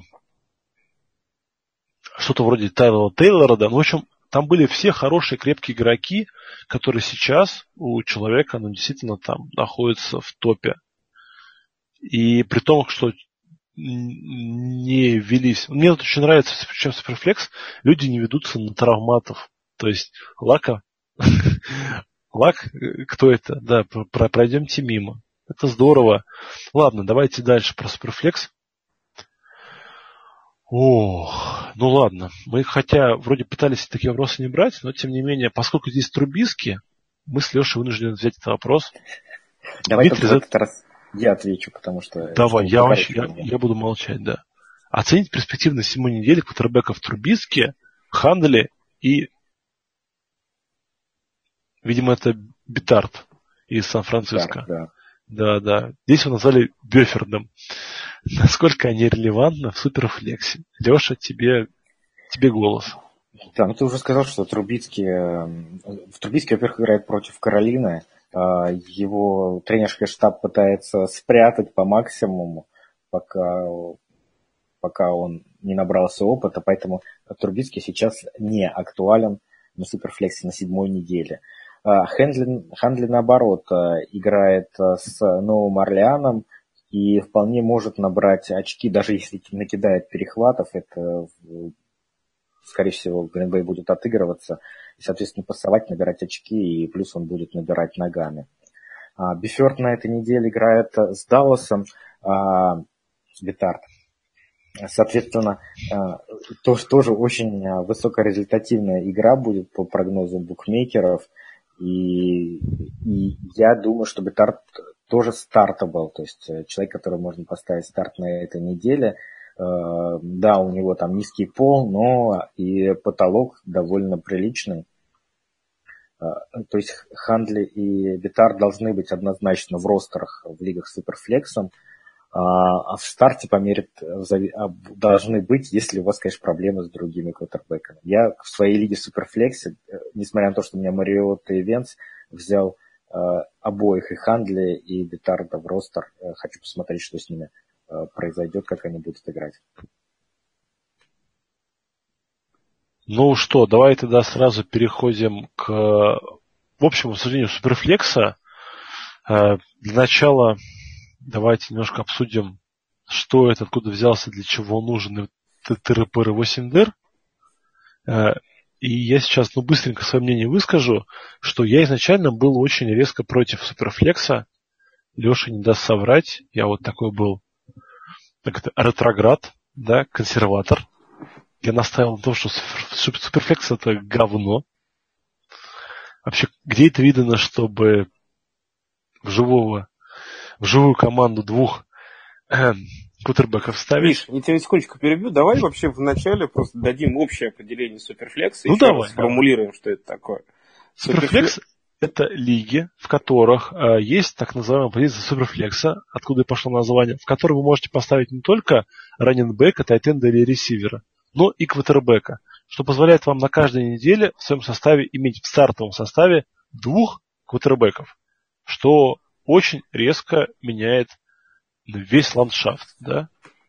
что-то вроде Тайлера Тейлора, да. В общем, там были все хорошие, крепкие игроки, которые сейчас у человека, действительно там находятся в топе. И при том, что не велись... Мне вот очень нравится, чем Суперфлекс, люди не ведутся на травматов. То есть Лак, кто это? Да, пройдемте мимо. Это здорово. Ладно, давайте дальше про Суперфлекс. Ладно. Мы хотя вроде пытались такие вопросы не брать, но тем не менее, поскольку здесь Трубиски, мы с Лешей вынуждены взять этот вопрос. Давай в этот раз я отвечу, потому что... Давай, я буду молчать, да. Оценить перспективы на 7 неделе квотербеков Трубиски, Хандли и... Видимо, это Битард из Сан-Франциско. Да. Здесь его назвали Бёфердом. Насколько они релевантны в Суперфлексе? Леша, тебе голос. Да, ты уже сказал, что Трубицкий, во-первых, играет против Каролины. Его тренерский штаб пытается спрятать по максимуму, пока он не набрался опыта, поэтому Трубицкий сейчас не актуален на Суперфлексе на 7-й неделе. Хандли, наоборот, играет с Новым Орлеаном и вполне может набрать очки, даже если накидает перехватов, это, скорее всего, Green Bay будет отыгрываться, и, соответственно, пасовать, набирать очки, и плюс он будет набирать ногами. Биферд на этой неделе играет с Далласом, Битард. Соответственно, тоже очень высокорезультативная игра будет по прогнозам букмекеров. И я думаю, что Битард тоже стартабл, то есть человек, который можно поставить старт на этой неделе. Да, у него там низкий пол, но и потолок довольно приличный. То есть Хандли и Битард должны быть однозначно в ростерах в лигах с Суперфлексом. А в старте должны быть, если у вас, конечно, проблемы с другими квотербеками. Я в своей лиге Суперфлексе, несмотря на то, что у меня Мариотта и Венц, взял обоих, и Хандли, и Битарда в ростер. Хочу посмотреть, что с ними произойдет, как они будут играть. Ну что, давай тогда сразу переходим к общему обсуждению Суперфлекса. Для начала давайте немножко обсудим, что это, откуда взялся, для чего он нужен, тыры-пыры 8 дыр. И я сейчас быстренько свое мнение выскажу, что я изначально был очень резко против Суперфлекса, Леша не даст соврать, я вот такой был ретроград, да, консерватор. Я настаивал на том, что суперфлекс это говно. Вообще, где это видно, чтобы в живую команду двух квотербеков ставить? Миш, я тебя секундочку перебью. Давай вообще вначале просто дадим общее определение суперфлекса и давай, сформулируем, что это такое. Суперфлекс – это лиги, в которых есть так называемая позиция суперфлекса, откуда и пошло название, в которой вы можете поставить не только раннинбека, тайтенда или ресивера, но и квотербека, что позволяет вам на каждой неделе в своем составе иметь в стартовом составе 2 квотербеков, что очень резко меняет весь ландшафт, да?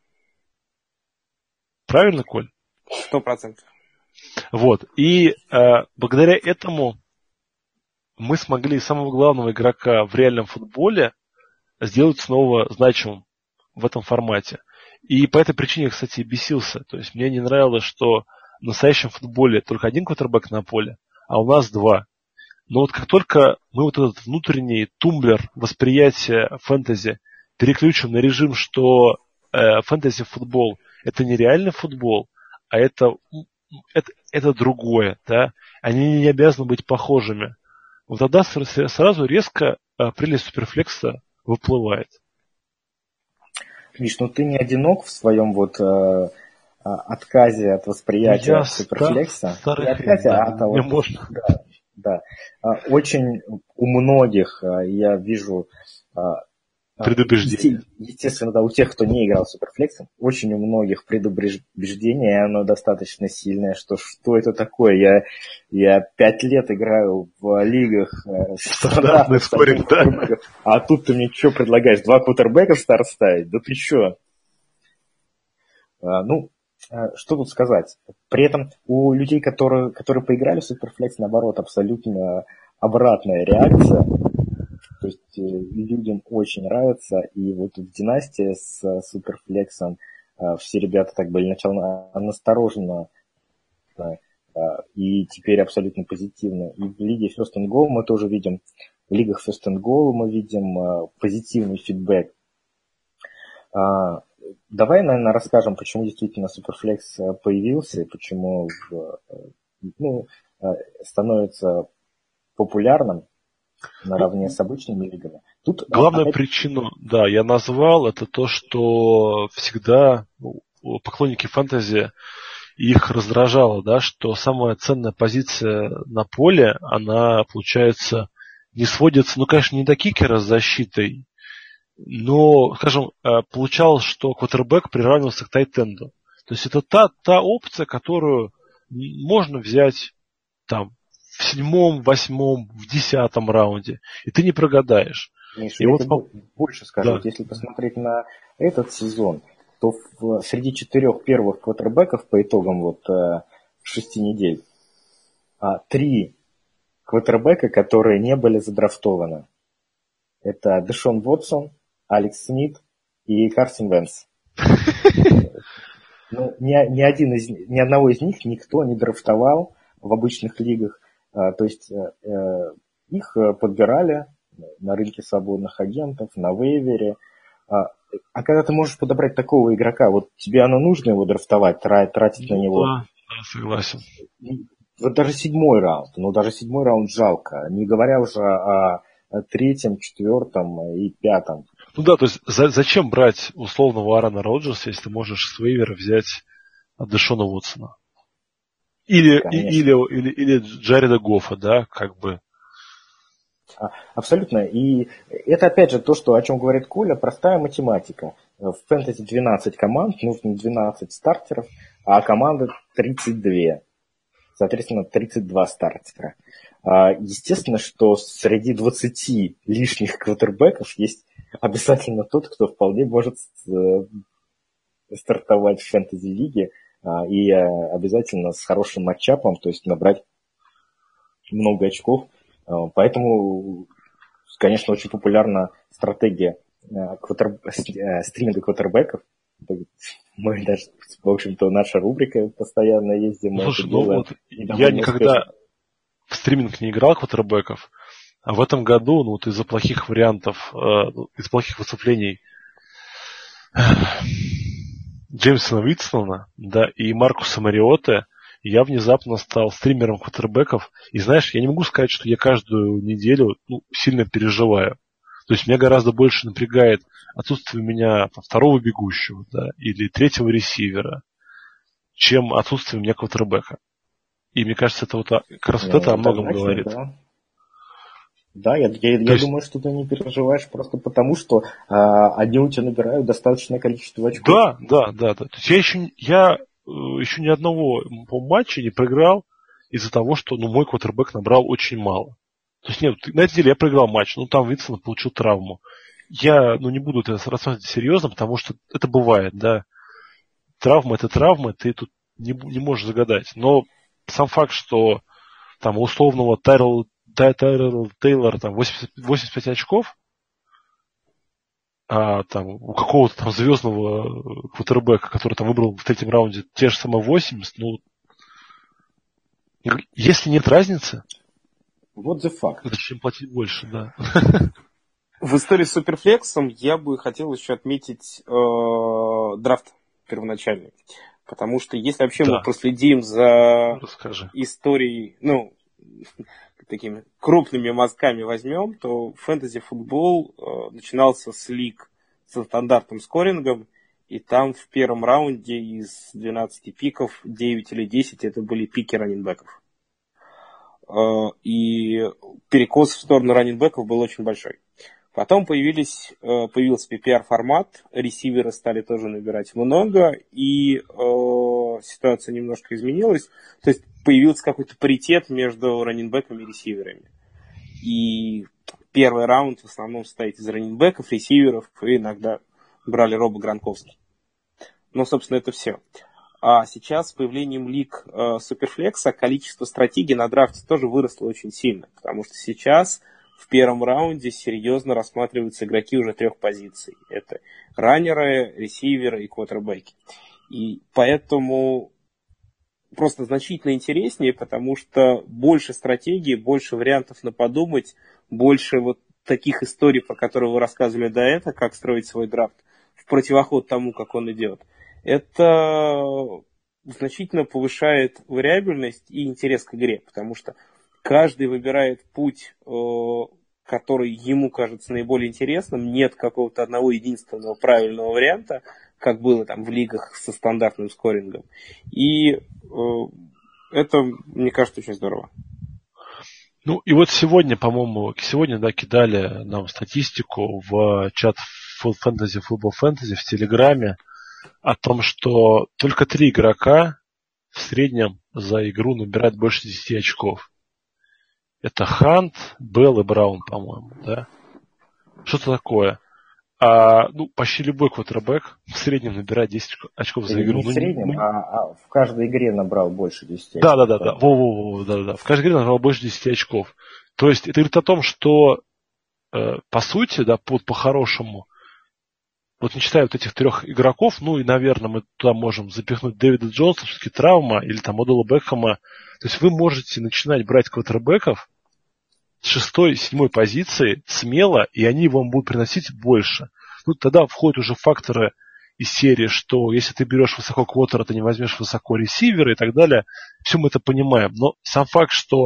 Правильно, Коль? 100%. Вот. И благодаря этому мы смогли самого главного игрока в реальном футболе сделать снова значимым в этом формате. И по этой причине я, кстати, бесился. То есть мне не нравилось, что в настоящем футболе только 1 квотербек на поле, а у нас 2. Но вот как только мы вот этот внутренний тумблер восприятия фэнтези переключим на режим, что фэнтези-футбол – это не реальный футбол, а это другое, да? Они не обязаны быть похожими. Вот тогда сразу резко прелесть суперфлекса выплывает. Миш, ну ты не одинок в своем вот отказе от восприятия суперфлекса. Не отказе, а того. Можно. Да. Очень у многих я вижу предубеждение. Естественно, да, у тех, кто не играл суперфлексом, очень у многих предубеждение, и оно достаточно сильное, что это такое. Я 5 лет играю в лигах стандартных скоринг, да? А тут ты мне что предлагаешь? 2 квотербека в старт ставить? Да ты что? Что тут сказать? При этом у людей, которые поиграли в суперфлекс, наоборот, абсолютно обратная реакция. То есть людям очень нравится. И вот в династии с суперфлексом все ребята так были сначала настороженно, и теперь абсолютно позитивно. И в лиге First and Goal мы тоже видим, в лигах First and Goal мы видим позитивный фидбэк. Давай, наверное, расскажем, почему действительно суперфлекс появился и почему становится популярным наравне с обычными лигами. Тут главную причину, да, я назвал, это то, что всегда поклонники фэнтези, их раздражало, да, что самая ценная позиция на поле, она, получается, не сводится, конечно, не до кикера с защитой, но, скажем, получалось, что квотербек приравнивался к тайтенду. То есть это та опция, которую можно взять там в 7-м, 8-м, в 10-м раунде, и ты не прогадаешь. Миша, и я тебе больше скажу. Да. Если посмотреть на этот сезон, то среди 4 первых квотербеков по итогам 6 недель 3 квотербека, которые не были задрафтованы. Это Дэшон Вотсон, Алекс Смит и Карсон Венс. Ни одного из них никто не драфтовал в обычных лигах. То есть их подбирали на рынке свободных агентов, на вейвере. А когда ты можешь подобрать такого игрока, вот тебе оно нужно его драфтовать, тратить на него? Да, согласен. Вот даже 7-й раунд. Даже 7-й раунд жалко. Не говоря уже о 3-м, 4-м и 5-м. То есть зачем брать условного Аарона Роджерса, если ты можешь с вейвера взять Дэшона Уотсона? Или Джареда Гоффа, да, как бы. Абсолютно. И это, опять же, о чем говорит Коля, простая математика. В фэнтези 12 команд, нужно 12 стартеров, а команда 32. Соответственно, 32 стартера. Естественно, что среди 20 лишних квотербеков есть обязательно тот, кто вполне может стартовать в фэнтези-лиге и обязательно с хорошим матчапом, то есть набрать много очков. Поэтому, конечно, очень популярна стратегия стриминга квотербеков. Мы даже, в общем-то, наша рубрика постоянно ездим. Слушай, я никогда в стриминг не играл квотербеков, А в этом году, из-за плохих вариантов, из-за плохих выступлений Джеймсона Уитстона, да, и Маркуса Мариотты, я внезапно стал стримером квотербеков. И знаешь, я не могу сказать, что я каждую неделю сильно переживаю. То есть меня гораздо больше напрягает отсутствие у меня второго бегущего, да, или третьего ресивера, чем отсутствие у меня квотербека. И мне кажется, это как раз это о многом говорит. Да. Да, я думаю, что ты не переживаешь просто потому, что одни у тебя набирают достаточное количество очков. Да. То есть я еще ни одного матча не проиграл из-за того, что мой квотербек набрал очень мало. То есть нет, на этой неделе я проиграл матч, там Уитсон получил травму. Я не буду это рассматривать серьезно, потому что это бывает, да. Травма это травма, ты тут не можешь загадать. Но сам факт, что там у условного Тайрелла Тейлора там 85 очков, а там у какого-то там звездного квотербека, который там выбрал в третьем раунде те же самые 80, если нет разницы, вот the fact. Зачем платить больше, да. В истории с Суперфлексом я бы хотел еще отметить драфт первоначальный. Потому что если вообще мы проследим за историей, такими крупными мазками возьмем, то фэнтези-футбол начинался с лиг со стандартным скорингом, и там в первом раунде из 12 пиков 9 или 10 это были пики раннинбеков. И перекос в сторону раннинбеков был очень большой. Потом появился PPR-формат, ресиверы стали тоже набирать много, и ситуация немножко изменилась. То есть появился какой-то паритет между раннинбеками и ресиверами. И первый раунд в основном состоит из раннинбеков, ресиверов, и иногда брали Роба Гронковский. Собственно, это все. А сейчас с появлением лиг Суперфлекса количество стратегий на драфте тоже выросло очень сильно, потому что сейчас в первом раунде серьезно рассматриваются игроки уже 3 позиций. Это раннеры, ресиверы и квотербеки. И поэтому просто значительно интереснее, потому что больше стратегий, больше вариантов на подумать, больше таких историй, про которые вы рассказывали до этого, как строить свой драфт, в противоход тому, как он идет. Это значительно повышает вариабельность и интерес к игре, потому что каждый выбирает путь, который ему кажется наиболее интересным. Нет какого-то одного единственного правильного варианта, как было там в лигах со стандартным скорингом. И это, мне кажется, очень здорово. И сегодня, по-моему, кидали нам статистику в чат Fantasy Football Fantasy в Телеграме о том, что только 3 игрока в среднем за игру набирают больше 10 очков. Это Хант, Белл и Браун, по-моему, да? Что-то такое. Почти любой квотербек в среднем набирает 10 очков за игру. Не в среднем, а в каждой игре набрал больше 10 очков. Да. В каждой игре набрал больше 10 очков. То есть это говорит о том, что по сути, да, по-хорошему, не считая этих 3 игроков, и, наверное, мы туда можем запихнуть Дэвида Джонса, все-таки травма, или там Одела Бекхэма. То есть вы можете начинать брать квотербеков с 6-7 позиции смело, и они вам будут приносить больше. Тогда входят уже факторы из серии, что если ты берешь высоко квотера, ты не возьмешь высоко ресивера и так далее. Все мы это понимаем. Но сам факт, что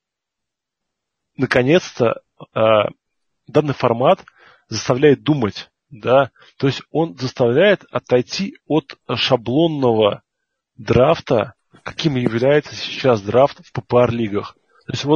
наконец-то данный формат заставляет думать, да, то есть он заставляет отойти от шаблонного драфта, каким является сейчас драфт в PPR-лигах. То есть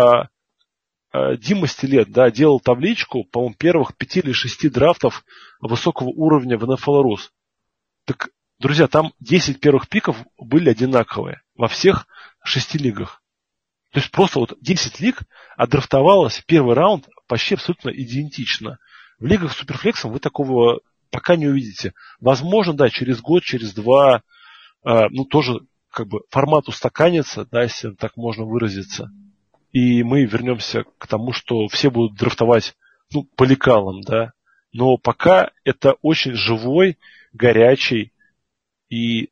Дима Стилет, да, делал табличку, по-моему, первых 5 или 6 драфтов высокого уровня в NFL.rus. Так, друзья, там 10 первых пиков были одинаковые во всех 6 лигах. То есть просто 10 лиг отдрафтовалось первый раунд почти абсолютно идентично. В лигах с Суперфлексом вы такого пока не увидите. Возможно, да, через год, через 2, тоже формат устаканится, да, если так можно выразиться. И мы вернемся к тому, что все будут драфтовать, по лекалам, да. Но пока это очень живой, горячий и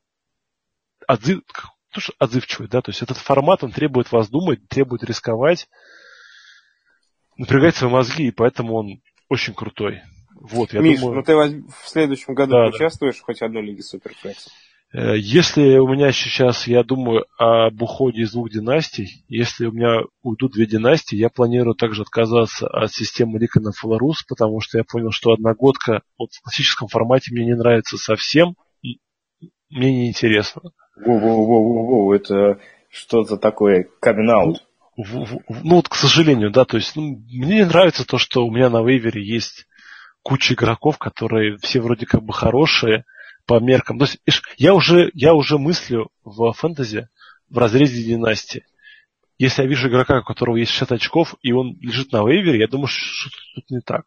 отзывчивый, да. То есть этот формат, он требует вас думать, требует рисковать. напрягать свои мозги, и поэтому он очень крутой. Вот, я Миш, думаю... ну ты в следующем году участвуешь в хоть одной лиге Суперфлекса? Если у меня сейчас, я думаю об уходе из 2 династий, если у меня уйдут 2 династии, я планирую также отказаться от системы Лика на Флорус, потому что я понял, что одногодка вот в классическом формате мне не нравится совсем, мне неинтересно. Воу, это что-то такое, камин-аут? Ну вот, к сожалению, да, то есть мне не нравится то, что у меня на вейвере есть куча игроков, которые все вроде как бы хорошие, по меркам. То есть я уже мыслю в фэнтези в разрезе династии. Если я вижу игрока, у которого есть 60 очков, и он лежит на вейвере, я думаю, что тут не так.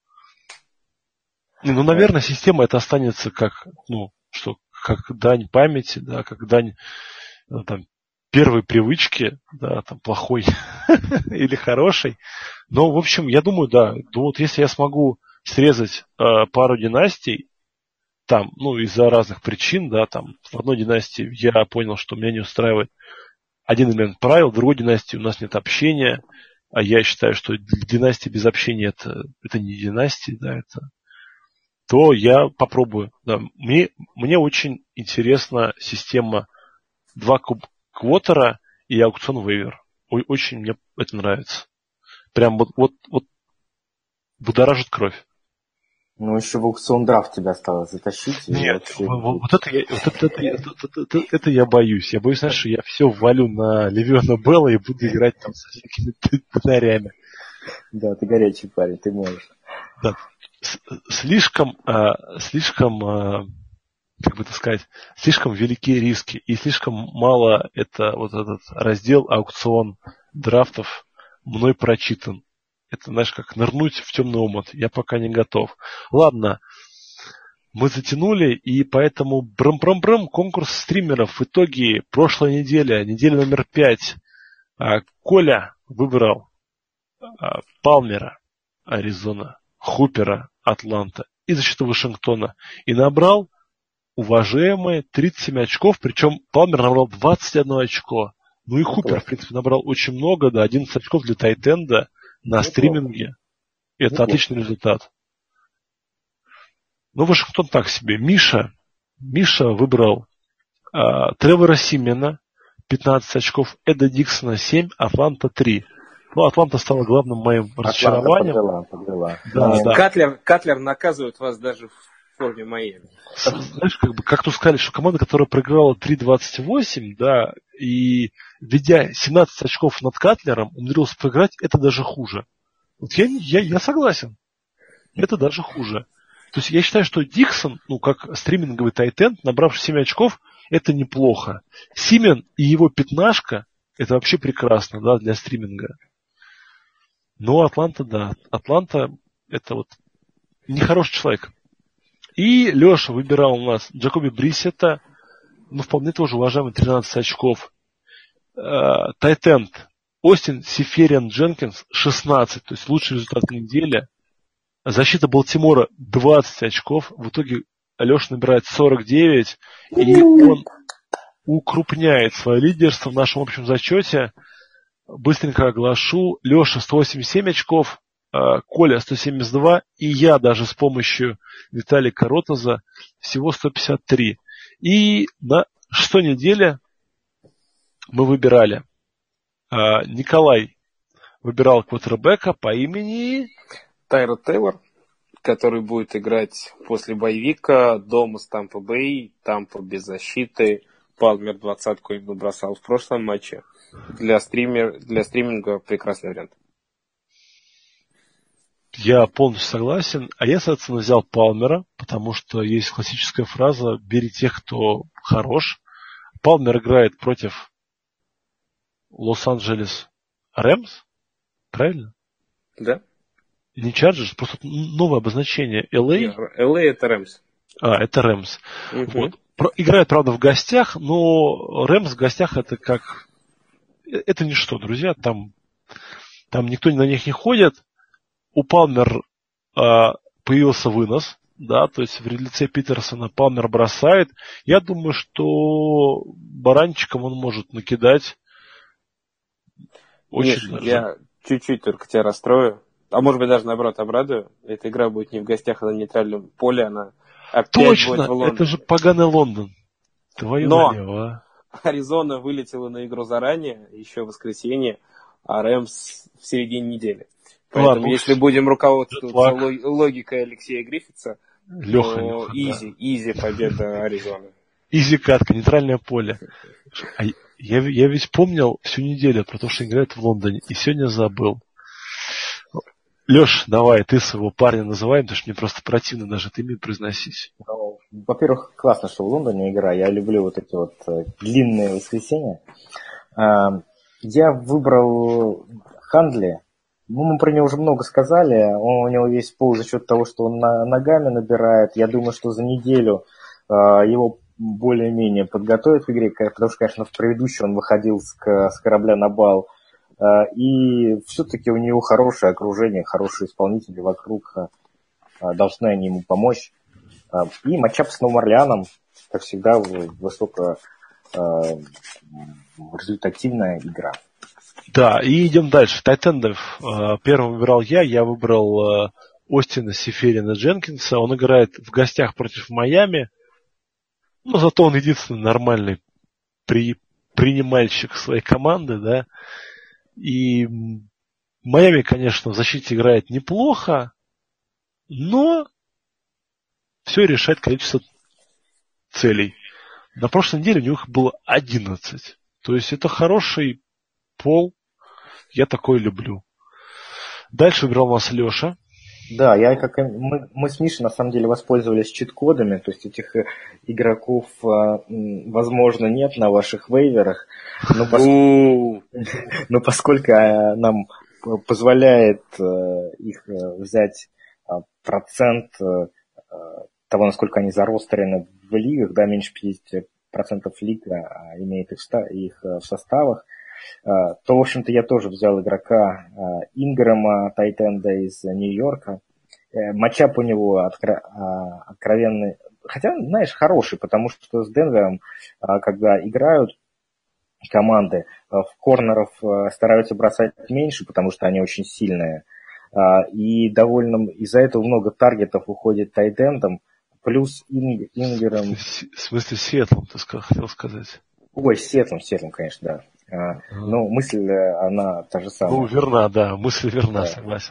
Ну, наверное, система это останется как дань памяти, да, как дань там, первой привычки, да, там, плохой или хорошей. Но, в общем, я думаю, да. Вот если я смогу срезать пару династий, там, из-за разных причин, да, там, в одной династии я понял, что меня не устраивает один элемент правил, в другой династии у нас нет общения, а я считаю, что династия без общения это не династия, да, то я попробую. Да. Мне очень интересна система 2 квотера и аукцион вейвер. Очень мне это нравится. Прям вот будоражит кровь. Ну, еще в аукцион драфт тебя осталось затащить. Нет, это я боюсь. Я боюсь, знаешь, что я все ввалю на Левиона Белла и буду играть там со всякими тонарями. Да, ты горячий парень, ты можешь. Да. Слишком, как бы это сказать, слишком великие риски и слишком мало вот этот раздел аукцион драфтов мной прочитан. Это, знаешь, как нырнуть в темный омут. Я пока не готов. Ладно, мы затянули, и поэтому конкурс стримеров. В итоге прошлой неделя номер 5, Коля выбрал Палмера, Аризона, Хупера, Атланта и защиту Вашингтона. И набрал уважаемые 37 очков, причем Палмер набрал 21 очко. Ну и Хупер, в принципе, набрал очень много, да, 11 очков для тайтенда на стриминге. Это отличный результат. Ну, Вашингтон так себе. Миша выбрал Тревора Симена 15 очков, Эда Диксона 7, Атланта 3. Ну, Атланта стала главным моим разочарованием. Подвела. Да. Катлер наказывает вас даже в форме Майами. Знаешь, как тут сказали, что команда, которая проиграла 3-28, да, и ведя 17 очков над Катлером, умудрилась проиграть, это даже хуже. Вот я согласен. Это даже хуже. То есть я считаю, что Диксон, как стриминговый тайтенд, набравший 7 очков, это неплохо. Симен и его пятнашка, это вообще прекрасно, да, для стриминга. Но Атланта, да. Атланта, это вот нехороший человек. И Леша выбирал у нас Джакоби Брисета, вполне тоже уважаемый, 13 очков. Тайтенд Остин Сефериан Дженкинс 16, то есть лучший результат недели. Защита Балтимора 20 очков. В итоге Леша набирает 49, и он укрупняет свое лидерство в нашем общем зачете. Быстренько оглашу. Леша 187 очков, Коля 172, и я даже с помощью Виталия Коротоза всего 153. И на 6 неделе мы выбирали. Николай выбирал квотербека по имени Тайрод Тейлор, который будет играть после боевика, дома с Тампа Бэй, Тампа без защиты. Палмер 20-ку им бросал в прошлом матче. Для стриминга прекрасный вариант. Я полностью согласен. А я, соответственно, взял Палмера, потому что есть классическая фраза «бери тех, кто хорош». Палмер играет против Лос-Анджелес Рэмс, правильно? Да. Не Чарджерс, просто новое обозначение. LA. LA это Рэмс. Это Рэмс. Угу. Вот. Играет, правда, в гостях, но Рэмс в гостях это как... Это ничто, друзья. Там никто на них не ходит. У Палмер появился вынос, да, то есть в лице Питерсона Палмер бросает. Я думаю, что баранчиком он может накидать. Очень Миш, я чуть-чуть только тебя расстрою. А может быть, даже наоборот обрадую. Эта игра будет не в гостях, а на нейтральном поле. Она опять Точно! будет в Лондоне. Это же поганый Лондон. Твою Но налево, а. Аризона вылетела на игру заранее, еще в воскресенье, а Рэмс в середине недели. Поэтому, Ладно, если будем руководствоваться логикой Алексея Гриффитса, то изи победа Аризоны. Изи катка, нейтральное поле. А я ведь помнил всю неделю про то, что играет в Лондоне, и сегодня забыл. Леш, давай, ты своего парня называй, потому что мне просто противно даже это имя произносить. Ну, во-первых, классно, что в Лондоне игра. Я люблю вот эти вот длинные воскресенья. Я выбрал Хандли. Мы про него уже много сказали. У него весь пол за счет того, что он ногами набирает. Я думаю, что за неделю его более-менее подготовят к игре, потому что, конечно, в предыдущий он выходил с корабля на бал. И все-таки у него хорошее окружение, хорошие исполнители вокруг, должны они ему помочь. И матчап с Новым Орлеаном, как всегда, высокорезультативная игра. Да, и идем дальше. Тайтендов первым выбирал я выбрал Остина Сеферина Дженкинса. Он играет в гостях против Майами, но зато он единственный нормальный принимальщик своей команды, да. И Майами, конечно, в защите играет неплохо, но все решает количество целей. На прошлой неделе у них было 11. То есть это хороший пол. Я такой люблю. Дальше выбрал у нас Леша. Да, мы с Мишей на самом деле воспользовались чит-кодами, то есть этих игроков, возможно, нет на ваших вейверах, но поскольку нам позволяет их взять процент того, насколько они зарострены в лигах, да, меньше 50% лига имеет их в составах, то, в общем-то, я тоже взял игрока Ингрэма, тайтенда из Нью-Йорка. Матчап у него откровенный, хотя, знаешь, хороший, потому что с Денвером, когда играют команды, в корнеров стараются бросать меньше, потому что они очень сильные. И довольно из-за этого много таргетов уходит тайтендом, плюс Ингрэм... В смысле, Сиэтлом, ты хотел сказать? Ой, Сиэтлом, конечно, да. Ну, мысль, она та же самая. Ну, верна, да, мысль верна, да. Согласен.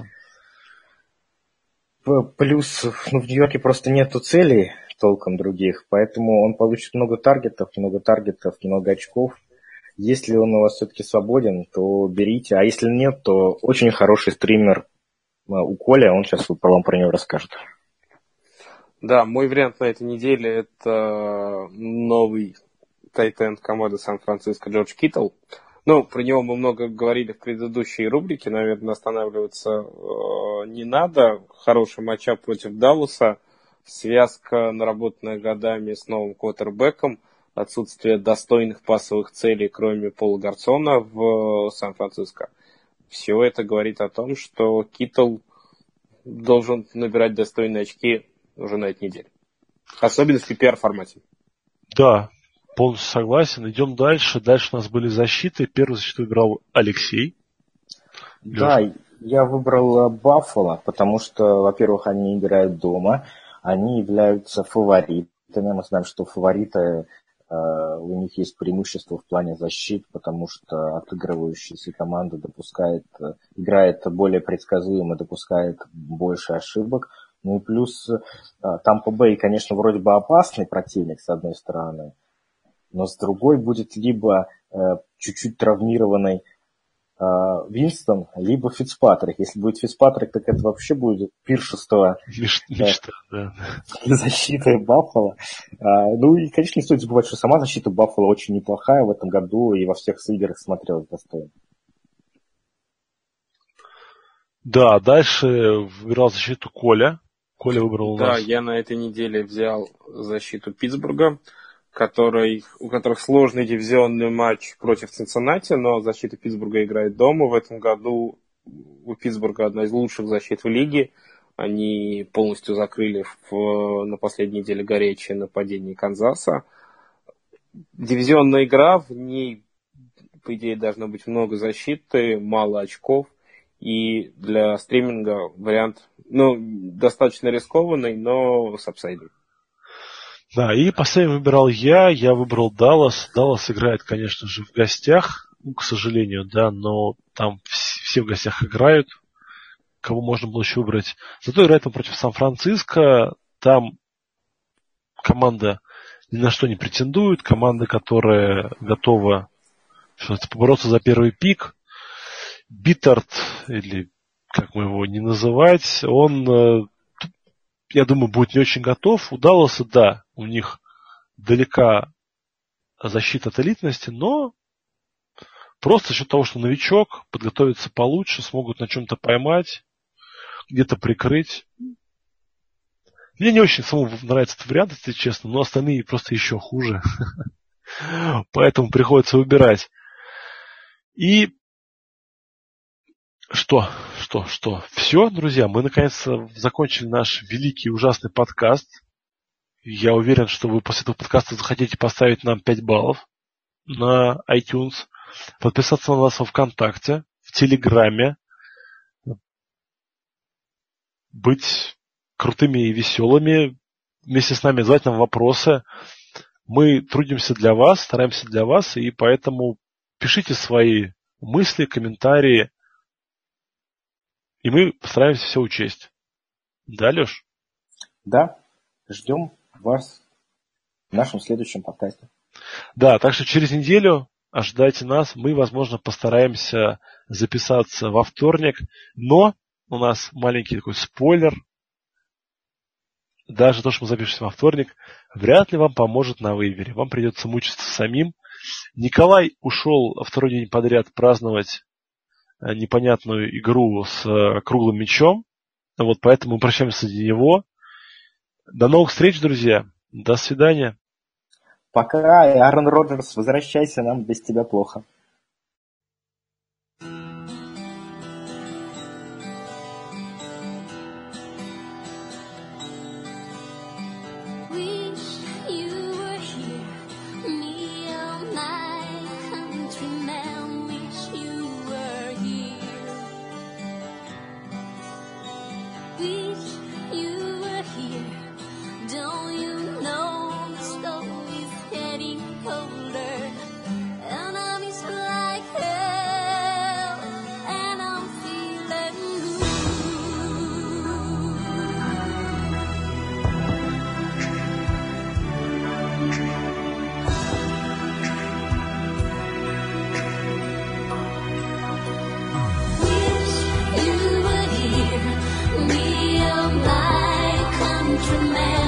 Плюс, в Нью-Йорке просто нету целей толком других, поэтому он получит много таргетов, много очков. Если он у вас все-таки свободен, то берите, а если нет, то очень хороший стример у Коля, он сейчас вам про него расскажет. Да, мой вариант на этой неделе – это новый тайтенд команды Сан-Франциско Джордж Киттл. Ну, про него мы много говорили в предыдущей рубрике, наверное, останавливаться не надо. Хороший матчап против Далласа, связка, наработанная годами с новым квотербеком, отсутствие достойных пасовых целей, кроме Пола Гарцона в Сан-Франциско. Все это говорит о том, что Киттл должен набирать достойные очки уже на этой неделе. Особенно в PPR-формате. Да, полностью согласен. Идем дальше. Дальше у нас были защиты. Первую защиту выбрал Алексей. Да, Леша. Я выбрал Баффало, потому что, во-первых, они играют дома, они являются фаворитами. Мы знаем, что фавориты, у них есть преимущество в плане защит, потому что отыгрывающаяся команда играет более предсказуемо, допускает больше ошибок. Ну и плюс Тампа Бэй, конечно, вроде бы опасный противник, с одной стороны, но с другой будет либо чуть-чуть травмированный Винстон, либо Фицпатрик. Если будет Фицпатрик, так это вообще будет пиршество защиты Баффало. Ну и, конечно, не стоит забывать, что сама защита Баффало очень неплохая в этом году и во всех играх смотрелась достойно. Да, дальше выбирал защиту Коля. Коля выбрал у нас. Да, я на этой неделе взял защиту Питтсбурга, у которых сложный дивизионный матч против Цинциннати, но защита Питтсбурга играет дома. В этом году у Питтсбурга одна из лучших защит в лиге. Они полностью закрыли на последней неделе горячее нападение Канзаса. Дивизионная игра, в ней, по идее, должно быть много защиты, мало очков. И для стриминга вариант, достаточно рискованный, но с апсайдом. Да, и последний выбирал я выбрал Даллас. Даллас играет, конечно же, в гостях, к сожалению, да, но там все в гостях играют. Кого можно было еще выбрать? Зато играет он против Сан-Франциско. Там команда ни на что не претендует. Команда, которая готова побороться за первый пик. Биттард, или как мы его не называть, он, я думаю, будет не очень готов. У Далласа, да, у них далека защита от элитности, но просто за счет того, что новичок, подготовиться получше, смогут на чем-то поймать, где-то прикрыть. Мне не очень самому нравится этот вариант, если честно, но остальные просто еще хуже. Поэтому приходится выбирать. И что? Все, друзья, мы наконец-то закончили наш великий ужасный подкаст. Я уверен, что вы после этого подкаста захотите поставить нам 5 баллов на iTunes, подписаться на нас во ВКонтакте, в Телеграме, быть крутыми и веселыми, вместе с нами задавать нам вопросы. Мы трудимся для вас, стараемся для вас, и поэтому пишите свои мысли, комментарии, и мы постараемся все учесть. Да, Леш? Да, ждем вас в нашем следующем подкасте. Да, так что через неделю ожидайте нас. Мы, возможно, постараемся записаться во вторник, но у нас маленький такой спойлер. Даже то, что мы запишемся во вторник, вряд ли вам поможет на вейвере. Вам придется мучиться самим. Николай ушел второй день подряд праздновать непонятную игру с круглым мячом. Вот поэтому мы прощаемся для него. До новых встреч, друзья. До свидания. Пока, Аарон Роджерс, возвращайся, нам без тебя плохо. Man.